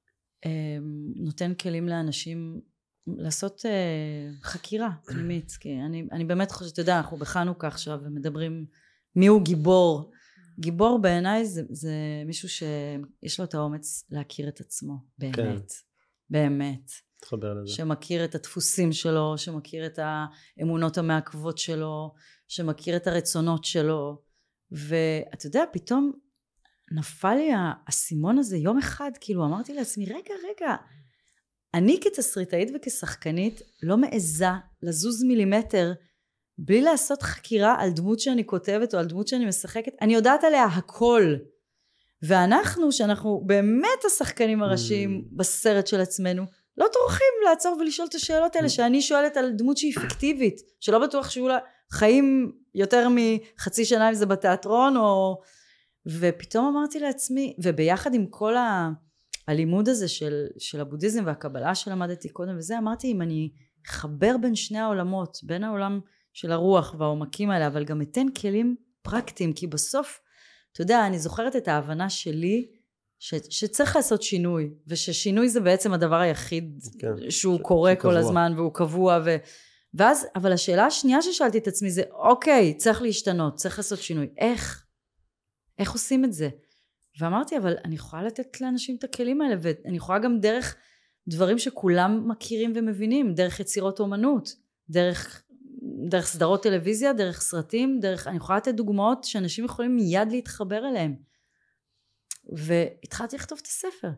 נותן כלים לאנשים, לעשות uh, חקירה פנימית, כי אני, אני באמת חושבת, אתה יודע, אנחנו בחנוכה עכשיו ומדברים מי הוא גיבור. גיבור בעיניי זה, זה מישהו שיש לו את האומץ להכיר את עצמו, באמת, כן. באמת. תחבר לזה. שמכיר את הדפוסים שלו, שמכיר את האמונות המעכבות שלו, שמכיר את הרצונות שלו, ואתה יודע, פתאום נפל לי האסימון הזה יום אחד, כאילו אמרתי לעצמי, רגע, רגע, אני כתסריטאית וכשחקנית לא מעזה לזוז מילימטר בלי לעשות חקירה על דמות שאני כותבת או על דמות שאני משחקת. אני יודעת עליה הכל. ואנחנו, שאנחנו באמת השחקנים הראשיים mm. בסרט של עצמנו, לא טורחים לעצור ולשאול את השאלות האלה, mm. שאני שואלת על דמות שהיא פיקטיבית, שלא בטוח שיהיו לה חיים יותר מחצי שנה אם זה בתיאטרון, או... ופתאום אמרתי לעצמי, וביחד עם כל ה... הלימוד הזה של, של הבודהיזם והקבלה שלמדתי קודם וזה, אמרתי אם אני אחבר בין שני העולמות, בין העולם של הרוח והעומקים האלה, אבל גם אתן כלים פרקטיים, כי בסוף, אתה יודע, אני זוכרת את ההבנה שלי, ש, שצריך לעשות שינוי, וששינוי זה בעצם הדבר היחיד כן, שהוא ש, קורה שקבוע. כל הזמן, והוא קבוע, ו, ואז, אבל השאלה השנייה ששאלתי את עצמי זה, אוקיי, צריך להשתנות, צריך לעשות שינוי, איך? איך עושים את זה? ואמרתי, אבל אני יכולה לתת לאנשים את הכלים האלה, ואני יכולה גם דרך דברים שכולם מכירים ומבינים, דרך יצירות אומנות, דרך, דרך סדרות טלוויזיה, דרך סרטים, דרך, אני יכולה לתת דוגמאות שאנשים יכולים מיד להתחבר אליהם. והתחלתי לכתוב את הספר.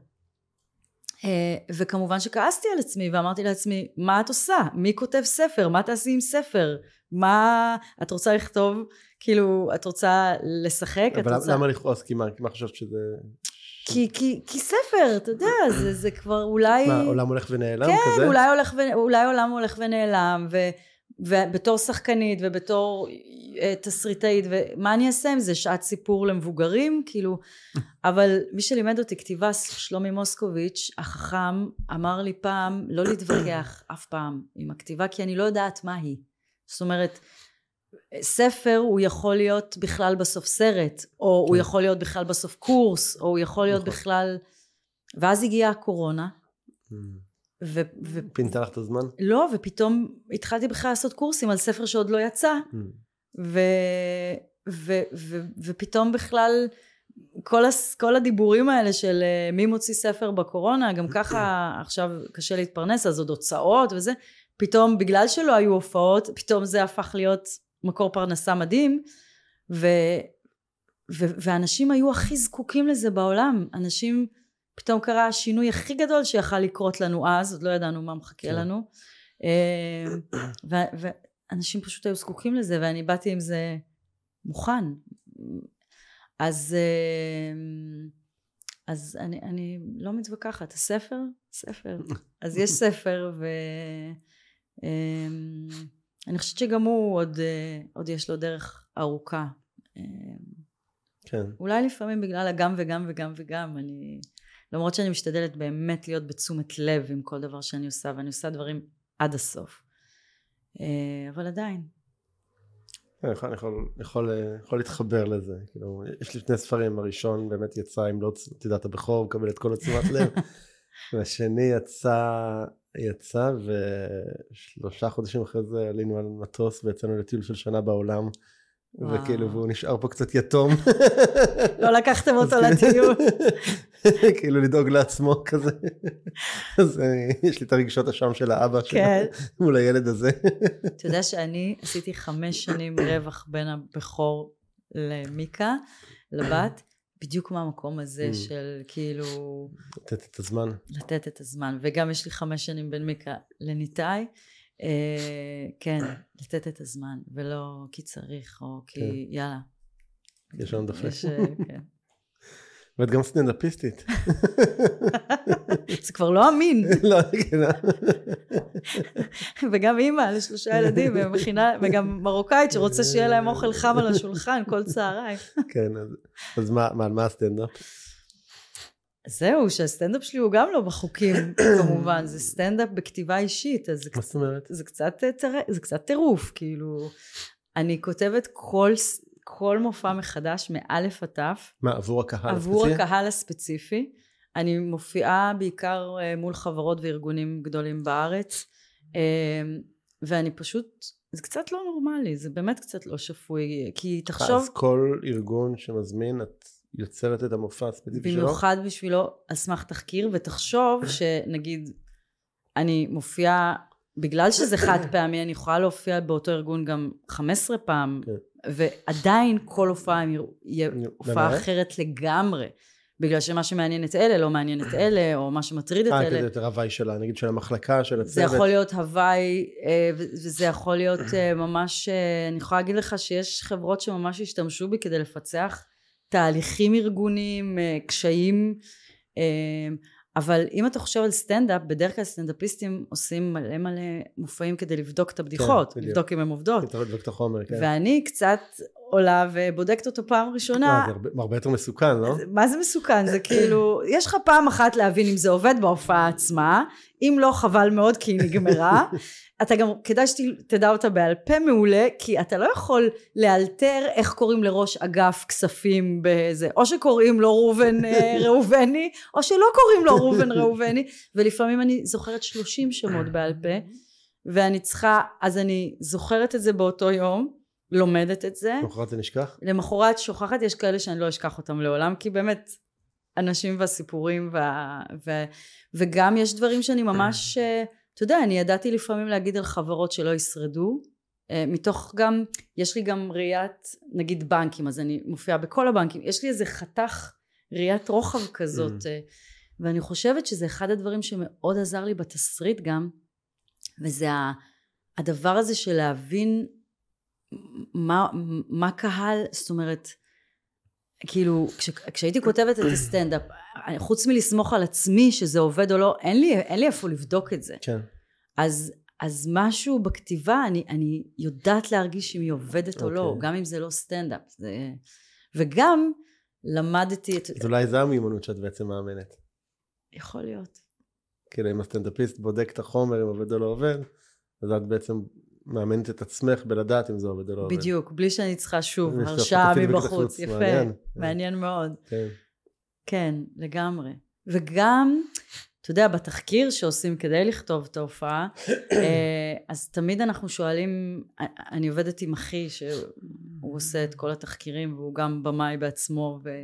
וכמובן שכעסתי על עצמי, ואמרתי לעצמי, מה את עושה? מי כותב ספר? מה תעשי עם ספר? מה את רוצה לכתוב? כאילו, את רוצה לשחק? אבל רוצה... למה לכעוס? כי מה? כי מה חושבת שזה... כי, כי, כי ספר, אתה יודע, זה, זה כבר אולי... מה, עולם הולך ונעלם כן, כזה? כן, אולי, הולך ו... אולי עולם הולך ונעלם, ו... ובתור שחקנית ובתור תסריטאית, ומה אני אעשה עם זה? שעת סיפור למבוגרים? כאילו, אבל מי שלימד אותי כתיבה, שלומי מוסקוביץ', החכם, אמר לי פעם, לא להתווכח אף פעם עם הכתיבה, כי אני לא יודעת מה היא. זאת אומרת, ספר הוא יכול להיות בכלל בסוף סרט, או הוא יכול להיות בכלל בסוף קורס, או הוא יכול להיות בכלל... ואז הגיעה הקורונה, ו... ו... פינתה לך את הזמן? לא, ופתאום התחלתי בכלל לעשות קורסים על ספר שעוד לא יצא, ו... ו... ו... ופתאום בכלל כל, הס... כל הדיבורים האלה של מי מוציא ספר בקורונה, גם ככה עכשיו קשה להתפרנס, אז עוד הוצאות וזה, פתאום בגלל שלא היו הופעות, פתאום זה הפך להיות מקור פרנסה מדהים, ו... ו... ואנשים היו הכי זקוקים לזה בעולם, אנשים... פתאום קרה השינוי הכי גדול שיכל לקרות לנו אז, עוד לא ידענו מה מחכה לנו, ואנשים פשוט היו זקוקים לזה, ואני באתי עם זה מוכן. אז, אז אני, אני לא מתווכחת, הספר, ספר. אז יש ספר, ואני חושבת שגם הוא עוד, עוד יש לו דרך ארוכה. כן. אולי לפעמים בגלל הגם וגם וגם וגם, אני... למרות שאני משתדלת באמת להיות בתשומת לב עם כל דבר שאני עושה, ואני עושה דברים עד הסוף. אבל עדיין. אני יכול, יכול, יכול, יכול להתחבר לזה. כאילו, יש לי שני ספרים, הראשון באמת יצא עם לא תדעת הבכור, מקבל את כל התשומת לב, והשני יצא, יצא, ושלושה חודשים אחרי זה עלינו על מטוס, ויצאנו לטיול של שנה בעולם, וכאילו, והוא נשאר פה קצת יתום. לא לקחתם אותו לטיול. כאילו לדאוג לעצמו כזה. אז יש לי את הרגשות השם של האבא מול הילד הזה. אתה יודע שאני עשיתי חמש שנים רווח בין הבכור למיקה, לבת, בדיוק מהמקום הזה של כאילו... לתת את הזמן. לתת את הזמן, וגם יש לי חמש שנים בין מיקה לניתאי, כן, לתת את הזמן, ולא כי צריך, או כי יאללה. יש לנו דפק. כן. ואת גם סטנדאפיסטית. זה כבר לא אמין. לא, כן. וגם אימא לשלושה ילדים, וגם מרוקאית שרוצה שיהיה להם אוכל חם על השולחן כל צהריים. כן, אז מה הסטנדאפ? זהו, שהסטנדאפ שלי הוא גם לא בחוקים, כמובן, זה סטנדאפ בכתיבה אישית, אז מה זאת אומרת? זה קצת, זה קצת טירוף, כאילו, אני כותבת כל, כל מופע מחדש, מאלף עד תף. מה, עבור הקהל הספציפי? עבור הקהל הספציפי. אני מופיעה בעיקר מול חברות וארגונים גדולים בארץ, ואני פשוט, זה קצת לא נורמלי, זה באמת קצת לא שפוי, כי תחשוב... אז כל ארגון שמזמין, את יוצרת את המופע הספציפי שלו? במיוחד בשבילו, על סמך תחקיר, ותחשוב שנגיד, אני מופיעה, בגלל שזה חד פעמי, אני יכולה להופיע באותו ארגון גם חמש עשרה פעם, ועדיין כל הופעה יהיה הופעה אחרת לגמרי, בגלל שמה שמעניין את אלה לא מעניין את אלה, או מה שמטריד את אלה. אה, כזה יותר הוואי שלה, נגיד של המחלקה, של הצוות. זה יכול להיות הוואי, וזה יכול להיות ממש, אני יכולה להגיד לך שיש חברות שממש השתמשו בי כדי לפצח תהליכים ארגוניים, קשיים, אבל אם אתה חושב על סטנדאפ, בדרך כלל סטנדאפיסטים עושים מלא מלא מופעים כדי לבדוק את הבדיחות, כן, לבדוק אם הם עובדות. לבדוק את החומר, כן. ואני קצת עולה ובודקת אותו פעם ראשונה. זה הרבה, הרבה יותר מסוכן, לא? מה זה מסוכן? זה כאילו, יש לך פעם אחת להבין אם זה עובד בהופעה עצמה, אם לא חבל מאוד כי היא נגמרה, אתה גם כדאי שתדע אותה בעל פה מעולה, כי אתה לא יכול לאלתר איך קוראים לראש אגף כספים בזה, או שקוראים לו ראובן ראובני, או שלא קוראים לו ראובן ראובני, ולפעמים אני זוכרת שלושים שמות בעל פה, ואני צריכה, אז אני זוכרת את זה באותו יום, לומדת את זה. למחרת זה נשכח? למחרת שוכחת, יש כאלה שאני לא אשכח אותם לעולם, כי באמת אנשים והסיפורים, וה, ו, וגם יש דברים שאני ממש, אתה יודע, אני ידעתי לפעמים להגיד על חברות שלא ישרדו, מתוך גם, יש לי גם ראיית, נגיד בנקים, אז אני מופיעה בכל הבנקים, יש לי איזה חתך ראיית רוחב כזאת, ואני חושבת שזה אחד הדברים שמאוד עזר לי בתסריט גם, וזה הדבר הזה של להבין מה, מה קהל, זאת אומרת, כאילו, כש, כשהייתי כותבת את הסטנדאפ, חוץ מלסמוך על עצמי שזה עובד או לא, אין לי, אין לי איפה לבדוק את זה. כן. אז, אז משהו בכתיבה, אני, אני יודעת להרגיש אם היא עובדת או לא, גם אם זה לא סטנדאפ. זה, וגם למדתי את... אז אולי זה המיומנות שאת בעצם מאמנת. יכול להיות. כאילו, אם הסטנדאפיסט בודק את החומר, אם עובד או לא עובד, אז את בעצם... מאמנת את עצמך בלדעת אם זה עובד או לא עובד. בדיוק, בלי שאני צריכה שוב, הרשאה מבחוץ, יפה, מעניין, מעניין מאוד. כן. כן, לגמרי. וגם, אתה יודע, בתחקיר שעושים כדי לכתוב את ההופעה, אז תמיד אנחנו שואלים, אני עובדת עם אחי, שהוא עושה את כל התחקירים, והוא גם במאי בעצמו, ו,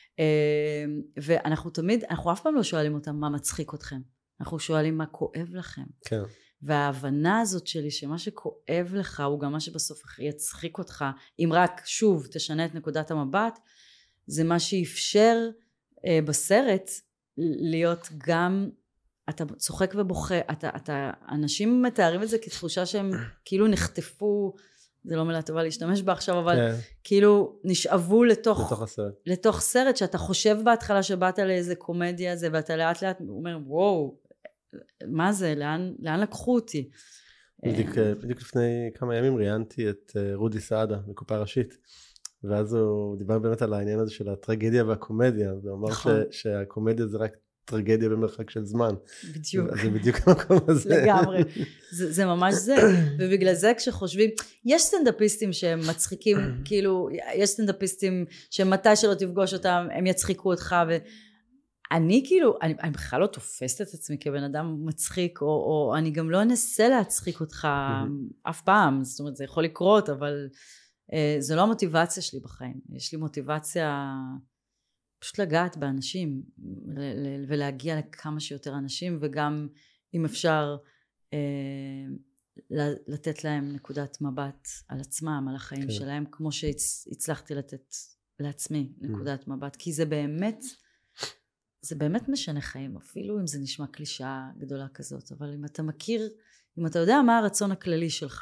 ואנחנו תמיד, אנחנו אף פעם לא שואלים אותם מה מצחיק אתכם. אנחנו שואלים מה כואב לכם. כן. וההבנה הזאת שלי שמה שכואב לך הוא גם מה שבסוף יצחיק אותך, אם רק שוב תשנה את נקודת המבט, זה מה שאפשר אה, בסרט להיות גם, אתה צוחק ובוכה, אתה, אתה, אנשים מתארים את זה כתחושה שהם כאילו נחטפו, זה לא מילה טובה להשתמש בה עכשיו, אבל כן. כאילו נשאבו לתוך, לתוך, הסרט. לתוך סרט שאתה חושב בהתחלה שבאת לאיזה קומדיה הזה, ואתה לאט לאט אומר וואו, מה זה? לאן, לאן לקחו אותי? בדיוק, בדיוק לפני כמה ימים ראיינתי את רודי סעדה מקופה ראשית, ואז הוא דיבר באמת על העניין הזה של הטרגדיה והקומדיה, הוא אמר ש, שהקומדיה זה רק טרגדיה במרחק של זמן. בדיוק. אז זה בדיוק המקום הזה. לגמרי. זה, זה ממש זה. ובגלל זה כשחושבים, יש סטנדאפיסטים שהם מצחיקים, כאילו, יש סטנדאפיסטים שמתי שלא תפגוש אותם, הם יצחיקו אותך ו... אני כאילו, אני, אני בכלל לא תופסת את עצמי כבן אדם מצחיק, או, או אני גם לא אנסה להצחיק אותך אף פעם, זאת אומרת זה יכול לקרות, אבל אה, זה לא המוטיבציה שלי בחיים, יש לי מוטיבציה פשוט לגעת באנשים, ל, ל, ולהגיע לכמה שיותר אנשים, וגם אם אפשר אה, לתת להם נקודת מבט על עצמם, על החיים כן. שלהם, כמו שהצלחתי לתת לעצמי נקודת מבט, כי זה באמת... זה באמת משנה חיים, אפילו אם זה נשמע קלישאה גדולה כזאת, אבל אם אתה מכיר, אם אתה יודע מה הרצון הכללי שלך,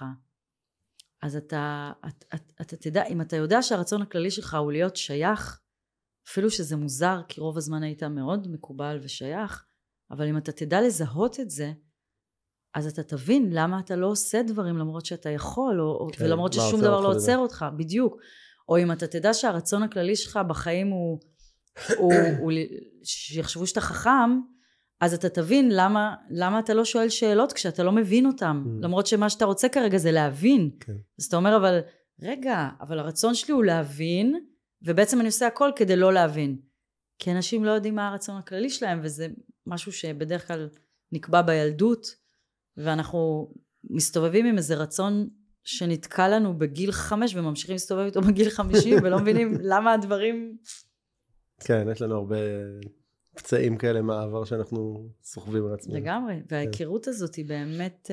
אז אתה, אתה, אתה תדע, אם אתה יודע שהרצון הכללי שלך הוא להיות שייך, אפילו שזה מוזר, כי רוב הזמן היית מאוד מקובל ושייך, אבל אם אתה תדע לזהות את זה, אז אתה תבין למה אתה לא עושה דברים למרות שאתה יכול, או, כן, ולמרות ששום דבר לא עוצר אותך, בדיוק. או אם אתה תדע שהרצון הכללי שלך בחיים הוא, הוא, הוא שיחשבו שאתה חכם, אז אתה תבין למה, למה אתה לא שואל שאלות כשאתה לא מבין אותם, mm. למרות שמה שאתה רוצה כרגע זה להבין. כן. אז אתה אומר, אבל רגע, אבל הרצון שלי הוא להבין, ובעצם אני עושה הכל כדי לא להבין. כי אנשים לא יודעים מה הרצון הכללי שלהם, וזה משהו שבדרך כלל נקבע בילדות, ואנחנו מסתובבים עם איזה רצון שנתקע לנו בגיל חמש, וממשיכים להסתובב איתו בגיל חמישים, ולא מבינים למה הדברים... כן, יש לנו הרבה פצעים כאלה מהעבר שאנחנו סוחבים על עצמנו. לגמרי, וההיכרות כן. הזאת היא באמת,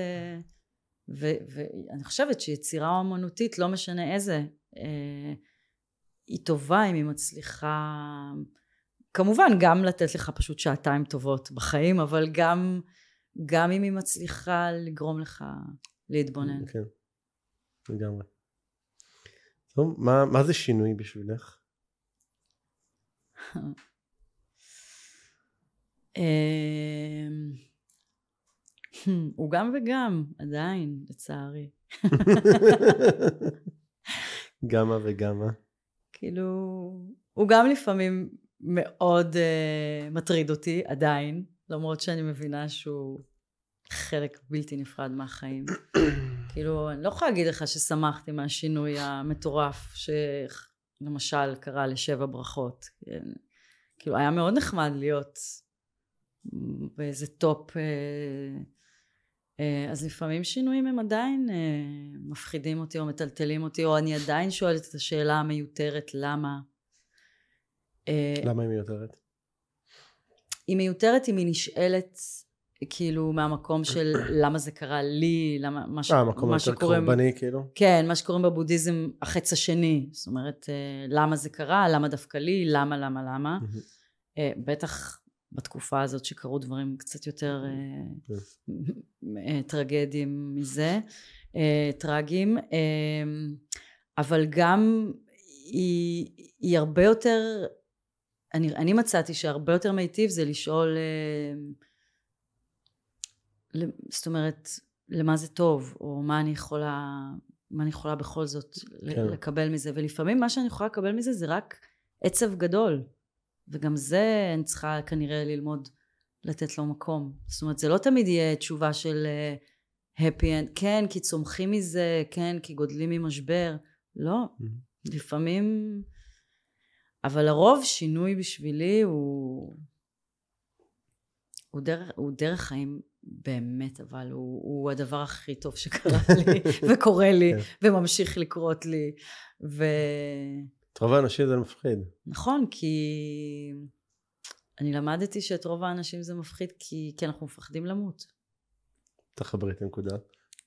ואני חושבת שיצירה אומנותית, לא משנה איזה, היא טובה אם היא מצליחה, כמובן גם לתת לך פשוט שעתיים טובות בחיים, אבל גם, גם אם היא מצליחה לגרום לך להתבונן. כן, לגמרי. טוב, מה, מה זה שינוי בשבילך? הוא גם וגם, עדיין, לצערי. גמה וגמה. כאילו, הוא גם לפעמים מאוד uh, מטריד אותי, עדיין, למרות שאני מבינה שהוא חלק בלתי נפרד מהחיים. כאילו, אני לא יכולה להגיד לך ששמחתי מהשינוי המטורף, שלמשל קרה לשבע ברכות. כאילו, היה מאוד נחמד להיות באיזה טופ, uh, uh, אז לפעמים שינויים הם עדיין uh, מפחידים אותי או מטלטלים אותי, או אני עדיין שואלת את השאלה המיותרת, למה? למה היא מיותרת? היא מיותרת אם היא נשאלת כאילו מהמקום של למה זה קרה לי, למה מה, ש... אה, מקום מה יותר שקוראים, קורבני כאילו? כן, מה שקוראים בבודהיזם החץ השני, זאת אומרת למה זה קרה, למה דווקא לי, למה למה למה, בטח בתקופה הזאת שקרו דברים קצת יותר טרגדיים מזה, טרגיים, אבל גם היא, היא הרבה יותר, אני, אני מצאתי שהרבה יותר מיטיב זה לשאול, זאת אומרת, למה זה טוב, או מה אני יכולה, מה אני יכולה בכל זאת כן. לקבל מזה, ולפעמים מה שאני יכולה לקבל מזה זה רק עצב גדול, וגם זה אני צריכה כנראה ללמוד לתת לו מקום. זאת אומרת, זה לא תמיד יהיה תשובה של happy end, כן, כי צומחים מזה, כן, כי גודלים ממשבר, לא, mm-hmm. לפעמים, אבל לרוב שינוי בשבילי הוא, הוא דרך, הוא דרך חיים באמת, אבל הוא, הוא הדבר הכי טוב שקרה לי, וקורה לי, וממשיך לקרות לי, ו... את רוב האנשים זה מפחיד. נכון, כי אני למדתי שאת רוב האנשים זה מפחיד, כי, כי אנחנו מפחדים למות. תחברי את הנקודה.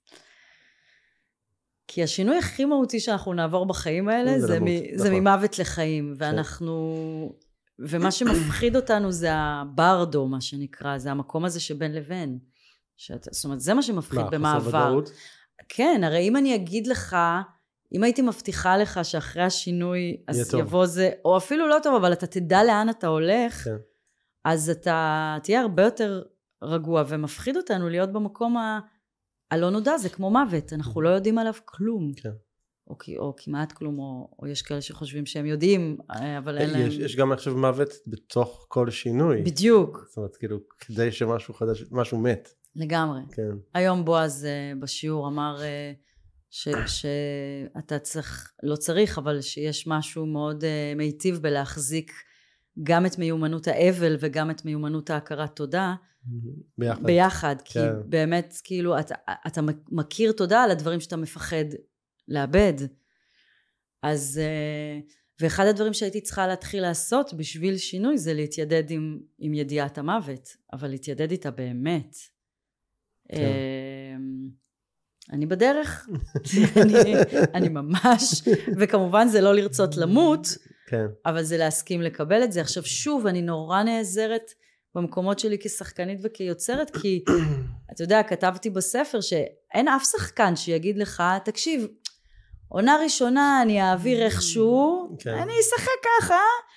כי השינוי הכי מהותי שאנחנו נעבור בחיים האלה, זה, זה, מ, זה ממוות לחיים, ואנחנו, ומה שמפחיד אותנו זה הברדו, מה שנקרא, זה המקום הזה שבין לבין. שאת, זאת אומרת, זה מה שמפחיד מה, במעבר. כן, הרי אם אני אגיד לך, אם הייתי מבטיחה לך שאחרי השינוי, אז יבוא זה, או אפילו לא טוב, אבל אתה תדע לאן אתה הולך, כן. אז אתה תהיה הרבה יותר רגוע, ומפחיד אותנו להיות במקום ה... הלא נודע, זה כמו מוות, אנחנו לא יודעים עליו כלום. כן. או, או כמעט כלום, או, או יש כאלה שחושבים שהם יודעים, אבל אין להם... יש, יש גם עכשיו מוות בתוך כל שינוי. בדיוק. זאת אומרת, כאילו, כדי שמשהו חדש, משהו מת. לגמרי. כן. היום בועז בשיעור אמר ש, שאתה צריך, לא צריך, אבל שיש משהו מאוד מיטיב בלהחזיק גם את מיומנות האבל וגם את מיומנות ההכרת תודה, ביחד. ביחד, כי כן. באמת כאילו אתה, אתה מכיר תודה על הדברים שאתה מפחד לאבד. אז ואחד הדברים שהייתי צריכה להתחיל לעשות בשביל שינוי זה להתיידד עם, עם ידיעת המוות, אבל להתיידד איתה באמת. כן. אני בדרך, אני, אני ממש, וכמובן זה לא לרצות למות, כן. אבל זה להסכים לקבל את זה. עכשיו שוב, אני נורא נעזרת במקומות שלי כשחקנית וכיוצרת, כי אתה יודע, כתבתי בספר שאין אף שחקן שיגיד לך, תקשיב, עונה ראשונה אני אעביר איכשהו, כן. אני אשחק ככה,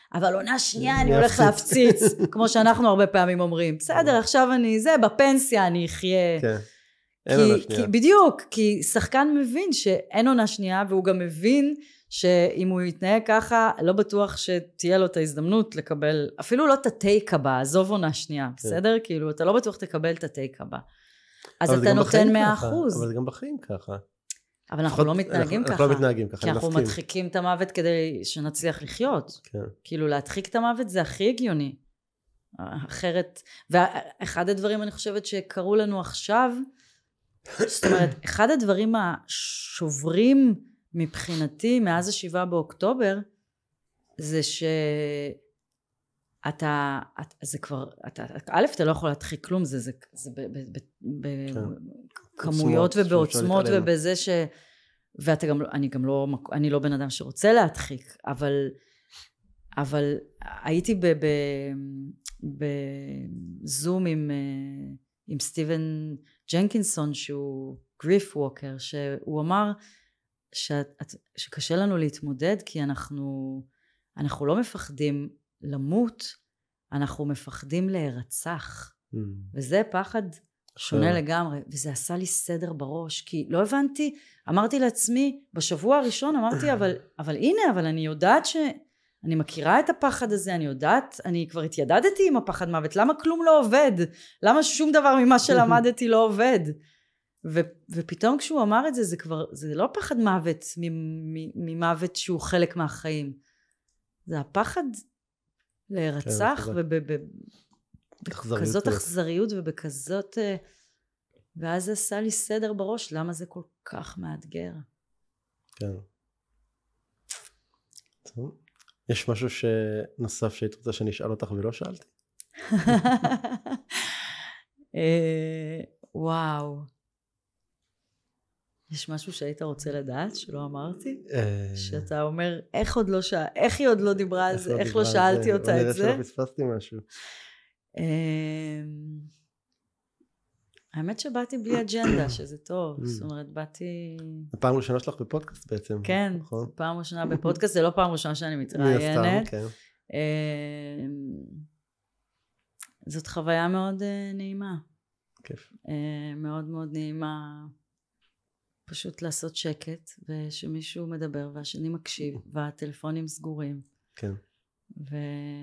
אבל עונה שנייה אני הולך להפציץ, כמו שאנחנו הרבה פעמים אומרים, בסדר, עכשיו אני זה, בפנסיה אני אחיה. כן, אין עונה שנייה. בדיוק, כי שחקן מבין שאין עונה שנייה, והוא גם מבין שאם הוא יתנהג ככה, לא בטוח שתהיה לו את ההזדמנות לקבל, אפילו לא את הטייק הבא, עזוב עונה שנייה, בסדר? כאילו, אתה לא בטוח תקבל את הטייק הבא. אז אתה נותן מאה אחוז. אבל זה גם בחיים ככה. אבל אנחנו לא מתנהגים ככה. אנחנו לא מתנהגים ככה, כי אנחנו מדחיקים את המוות כדי שנצליח לחיות. כאילו, להדחיק את המוות זה הכי הגיוני. אחרת, ואחד הדברים אני חושבת שקרו לנו עכשיו, זאת אומרת, אחד הדברים השוברים מבחינתי, מאז השבעה באוקטובר, זה שאתה, זה כבר, אתה, א', אתה לא יכול להדחיק כלום, זה, זה, זה בכמויות ובעוצמות ובזה ש, ואתה גם, אני גם לא, אני לא בן אדם שרוצה להדחיק, אבל, אבל הייתי ב, ב, בזום עם, עם סטיבן ג'נקינסון, שהוא גריף ווקר, שהוא אמר, שאת, שקשה לנו להתמודד כי אנחנו, אנחנו לא מפחדים למות, אנחנו מפחדים להירצח. Mm. וזה פחד שונה לגמרי, וזה עשה לי סדר בראש, כי לא הבנתי, אמרתי לעצמי, בשבוע הראשון אמרתי, אבל, אבל הנה, אבל אני יודעת ש... אני מכירה את הפחד הזה, אני יודעת, אני כבר התיידדתי עם הפחד מוות, למה כלום לא עובד? למה שום דבר ממה שלמדתי לא עובד? ו, ופתאום כשהוא אמר את זה, זה כבר, זה לא פחד מוות ממוות שהוא חלק מהחיים. זה הפחד להירצח ובכזאת אכזריות ובכזאת, ואז זה עשה לי סדר בראש, למה זה כל כך מאתגר. כן. טוב. יש משהו שנוסף שהיית רוצה שאני אשאל אותך ולא שאלתי? וואו. יש משהו שהיית רוצה לדעת שלא אמרתי? שאתה אומר, איך עוד לא שאל, איך היא עוד לא דיברה על זה, איך לא שאלתי אותה את זה? נראה שלא פספסתי משהו. האמת שבאתי בלי אג'נדה, שזה טוב. זאת אומרת, באתי... הפעם ראשונה שלך בפודקאסט בעצם. כן, פעם ראשונה בפודקאסט, זה לא פעם ראשונה שאני מתראיינת. זאת חוויה מאוד נעימה. כיף. מאוד מאוד נעימה. פשוט לעשות שקט, ושמישהו מדבר, והשני מקשיב, והטלפונים סגורים. כן. ו...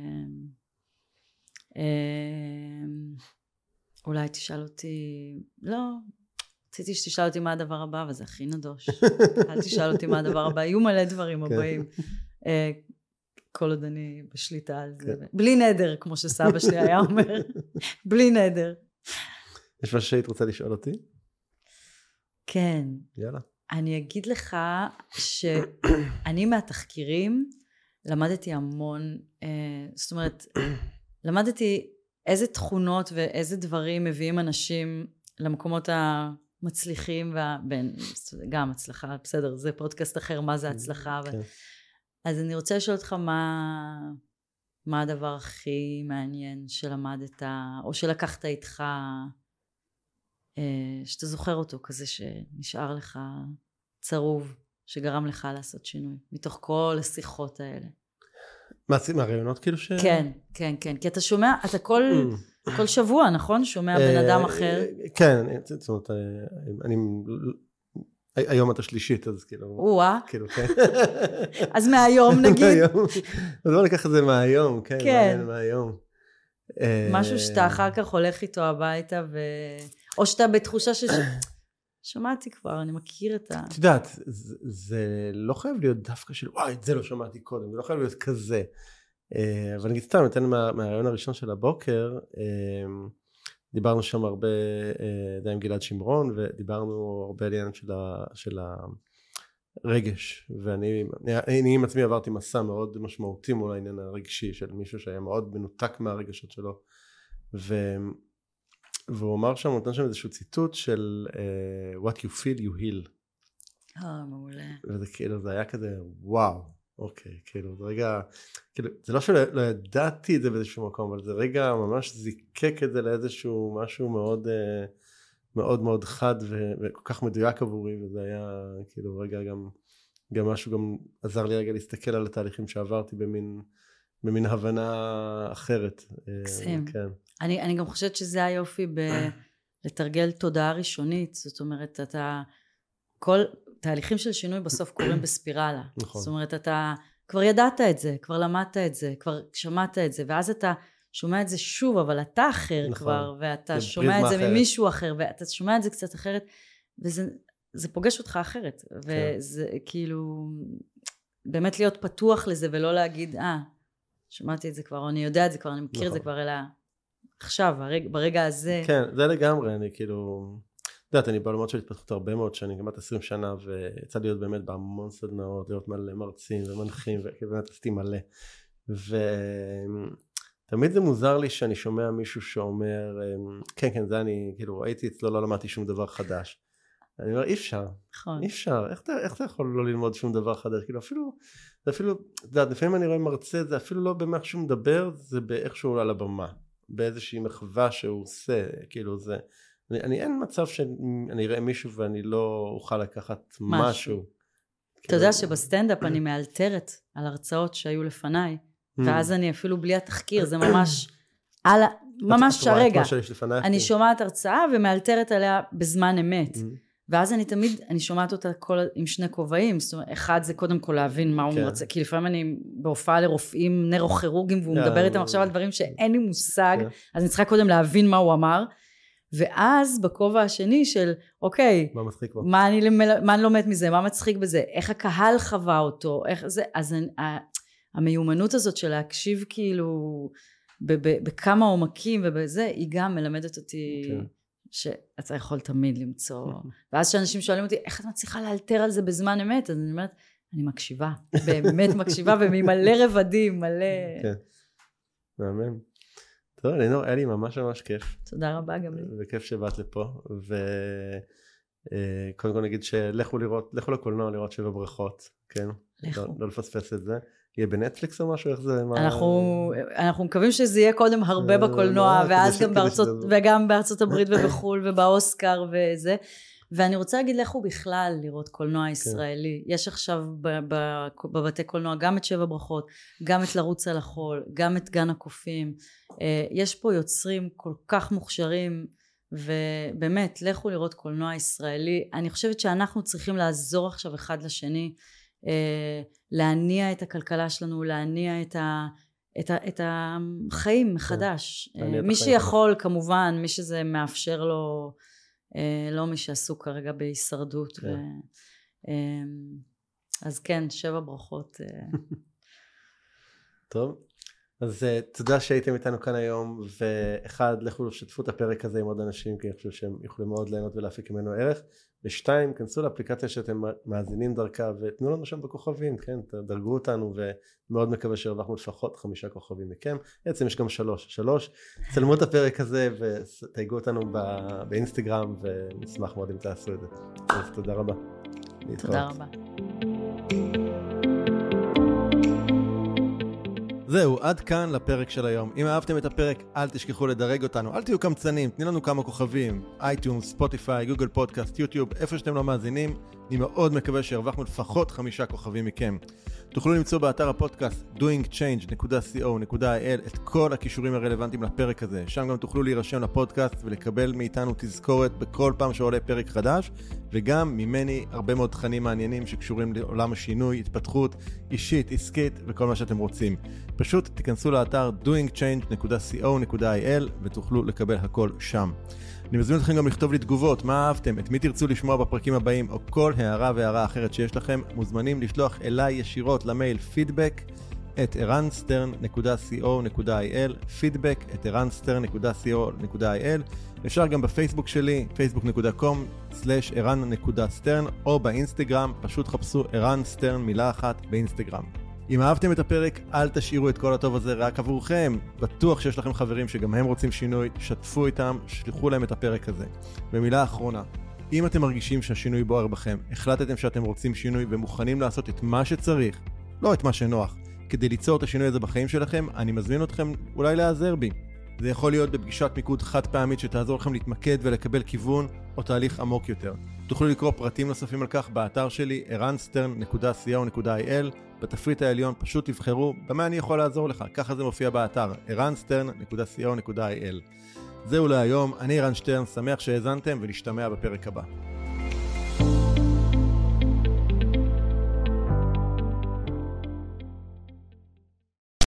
אולי תשאל אותי, לא, רציתי שתשאל אותי מה הדבר הבא, אבל זה הכי נדוש. אל תשאל אותי מה הדבר הבא, יהיו מלא דברים הבאים. כל עוד אני בשליטה על זה. בלי נדר, כמו שסבא שלי היה אומר. בלי נדר. יש משהו שהיית רוצה לשאול אותי? כן. יאללה. אני אגיד לך שאני מהתחקירים למדתי המון, זאת אומרת, למדתי איזה תכונות ואיזה דברים מביאים אנשים למקומות המצליחים, גם הצלחה, בסדר, זה פודקאסט אחר, מה זה הצלחה. אז אני רוצה לשאול אותך מה, מה הדבר הכי מעניין שלמדת, או שלקחת איתך, שאתה זוכר אותו, כזה שנשאר לך צרוב, שגרם לך לעשות שינוי, מתוך כל השיחות האלה. מהרעיונות כאילו ש... כן, כן, כן, כי אתה שומע, אתה כל, כל שבוע, נכון? שומע בן אדם אחר. כן, זאת אומרת, אני, היום אתה שלישית, אז כאילו... וואה. כאילו, כן. אז מהיום נגיד. אז בוא ניקח את זה מהיום, כן, כן. מהיום. משהו שאתה אחר כך הולך איתו הביתה, ו... או שאתה בתחושה ש... שמעתי כבר, אני מכיר את ה... את יודעת, זה, זה לא חייב להיות דווקא של, וואי, את זה לא שמעתי קודם, זה לא חייב להיות כזה. אבל נגיד סתם, ניתן מה, מהרעיון הראשון של הבוקר, דיברנו שם הרבה די עם גלעד שמרון, ודיברנו הרבה על עניין של, ה, של הרגש, ואני אני עם עצמי עברתי מסע מאוד משמעותי מול העניין הרגשי, של מישהו שהיה מאוד מנותק מהרגשות שלו, ו... והוא אמר שם, הוא נתן שם איזשהו ציטוט של uh, what you feel you heal. אה, מעולה. וזה כאילו, זה היה כזה, וואו, אוקיי, כאילו, זה רגע, כאילו, זה לא שלא לא ידעתי את זה באיזשהו מקום, אבל זה רגע ממש זיקק את זה לאיזשהו משהו מאוד, uh, מאוד מאוד חד ו- וכל כך מדויק עבורי, וזה היה כאילו רגע גם, גם משהו גם עזר לי רגע להסתכל על התהליכים שעברתי במין במין הבנה אחרת. קסים. כן. אני, אני גם חושבת שזה היופי בלתרגל תודעה ראשונית, זאת אומרת, אתה, כל תהליכים של שינוי בסוף קורים בספירלה. נכון. זאת אומרת, אתה כבר ידעת את זה, כבר למדת את זה, כבר שמעת את זה, ואז אתה שומע את זה שוב, אבל אתה אחר נכון. כבר, ואתה שומע את זה אחרת. ממישהו אחר, ואתה שומע את זה קצת אחרת, וזה זה פוגש אותך אחרת. כן. וזה כאילו, באמת להיות פתוח לזה, ולא להגיד, אה, שמעתי את זה כבר, או אני יודע את זה כבר, אני מכיר נכון. את זה כבר, אלא עכשיו, הרג, ברגע הזה. כן, זה לגמרי, אני כאילו, יודעת, אני בעולמות של התפתחות הרבה מאוד שנים, כמעט עשרים שנה, ויצא להיות באמת בהמון סדנאות, להיות מלא מרצים ומנחים, ובאמת עשיתי מלא. ותמיד זה מוזר לי שאני שומע מישהו שאומר, כן, כן, זה אני, כאילו, ראיתי אצלו, לא למדתי שום דבר חדש. אני אומר, אי אפשר, נכון. אי אפשר, איך אתה, איך אתה יכול לא ללמוד שום דבר חדש? כאילו, אפילו, זה אפילו, יודעת, לפעמים אני רואה מרצה, זה אפילו לא במה שהוא מדבר, זה באיך שהוא עולה לבמה, באיזושהי מחווה שהוא עושה, כאילו זה, אני, אני אין מצב שאני אראה מישהו ואני לא אוכל לקחת משהו. משהו. אתה יודע שבסטנדאפ אני מאלתרת על הרצאות שהיו לפניי, ואז אני אפילו בלי התחקיר, זה ממש, על, ממש הרגע, אני שומעת הרצאה ומאלתרת עליה בזמן אמת. ואז אני תמיד, אני שומעת אותה כל, עם שני כובעים, זאת אומרת, אחד זה קודם כל להבין מה הוא כן. מרצה, כי לפעמים אני בהופעה לרופאים נוירוכירורגים, והוא yeah, מדבר איתם עכשיו על דברים שאין לי מושג, yeah. אז אני צריכה קודם להבין מה הוא אמר, ואז בכובע השני של, אוקיי, מה מצחיק בו? מה אני, מה אני לומד מזה, מה מצחיק בזה, איך הקהל חווה אותו, איך זה, אז אני, המיומנות הזאת של להקשיב כאילו, ב- ב- בכמה עומקים ובזה, היא גם מלמדת אותי... כן. שאתה יכול תמיד למצוא, ואז שאנשים שואלים אותי, איך את מצליחה לאלתר על זה בזמן אמת? אז אני אומרת, אני מקשיבה, באמת מקשיבה, וממלא רבדים, מלא... כן, מאמן. טוב, לינור, היה לי ממש ממש כיף. תודה רבה גם לי. וכיף שבאת לפה, וקודם כל נגיד שלכו לראות, לכו לקולנוע לראות שבע ברכות, כן? לכו. לא לפספס את זה. יהיה בנטפליקס או משהו? איך זה? אנחנו, אנחנו מקווים שזה יהיה קודם הרבה בקולנוע, ואז גם בארצות, וגם בארצות הברית ובחול ובאוסקר וזה. ואני רוצה להגיד לכו בכלל לראות קולנוע ישראלי. יש עכשיו בבתי קולנוע גם את שבע ברכות, גם את לרוץ על החול, גם את גן הקופים. יש פה יוצרים כל כך מוכשרים, ובאמת, לכו לראות קולנוע ישראלי. אני חושבת שאנחנו צריכים לעזור עכשיו אחד לשני, להניע את הכלכלה שלנו, להניע את, ה, את, ה, את החיים מחדש. מי שיכול כמובן, מי שזה מאפשר לו, לא מי שעסוק כרגע בהישרדות. ו, אז כן, שבע ברכות. טוב, אז תודה שהייתם איתנו כאן היום, ואחד, לכו שתפו את הפרק הזה עם עוד אנשים, כי אני חושב שהם יכולים מאוד ליהנות ולהפיק ממנו ערך, ושתיים, כנסו לאפליקציה שאתם מאזינים דרכה, ותנו לנו שם בכוכבים, כן, תדרגו אותנו, ומאוד מקווה שהרווחנו לפחות חמישה כוכבים מכם, בעצם יש גם שלוש, שלוש, צלמו את הפרק הזה, ותייגו אותנו באינסטגרם, ונשמח מאוד אם תעשו את זה. אז תודה רבה. תודה רבה. זהו, עד כאן לפרק של היום. אם אהבתם את הפרק, אל תשכחו לדרג אותנו. אל תהיו קמצנים, תני לנו כמה כוכבים. אייטיונס, ספוטיפיי, גוגל פודקאסט, יוטיוב, איפה שאתם לא מאזינים. אני מאוד מקווה שהרווחנו לפחות חמישה כוכבים מכם. תוכלו למצוא באתר הפודקאסט doing change dot co dot il את כל הכישורים הרלוונטיים לפרק הזה. שם גם תוכלו להירשם לפודקאסט ולקבל מאיתנו תזכורת בכל פעם שעולה פרק חדש, וגם ממני הרבה מאוד תכנים מעניינים שקשורים לעולם השינוי, התפתחות אישית, עסקית וכל מה שאתם רוצים. פשוט תיכנסו לאתר doing change dot co dot il ותוכלו לקבל הכל שם. אני מזמין אתכם גם לכתוב לי תגובות, מה אהבתם, את מי תרצו לשמוע בפרקים הבאים, או כל הערה והערה אחרת שיש לכם, מוזמנים לשלוח אליי ישירות למייל feedback at ערן סטרן dot co dot il, feedback at ערן סטרן dot co dot il, אפשר גם בפייסבוק שלי, facebook dot com slash ערן סטרן, או באינסטגרם, פשוט חפשו ערן סטרן מילה אחת באינסטגרם. אם אהבתם את הפרק, אל תשאירו את כל הטוב הזה רק עבורכם. בטוח שיש לכם חברים שגם הם רוצים שינוי, שתפו איתם, שלחו להם את הפרק הזה. במילה האחרונה, אם אתם מרגישים שהשינוי בוער בכם, החלטתם שאתם רוצים שינוי ומוכנים לעשות את מה שצריך, לא את מה שנוח, כדי ליצור את השינוי הזה בחיים שלכם, אני מזמין אתכם אולי להיעזר בי. זה יכול להיות בפגישת מיקוד חד פעמית שתעזור לכם להתמקד ולקבל כיוון או תהליך עמוק יותר. תוכלו לקרוא פרטים נוספים על כך באתר שלי ערן סטרן dot co dot il, בתפריט העליון פשוט תבחרו במה אני יכול לעזור לך, ככה זה מופיע באתר ערן סטרן נקודה סי או נקודה איי אל. זהו להיום, אני ערן שטרן, שמח שהאזנתם ונשתמע בפרק הבא.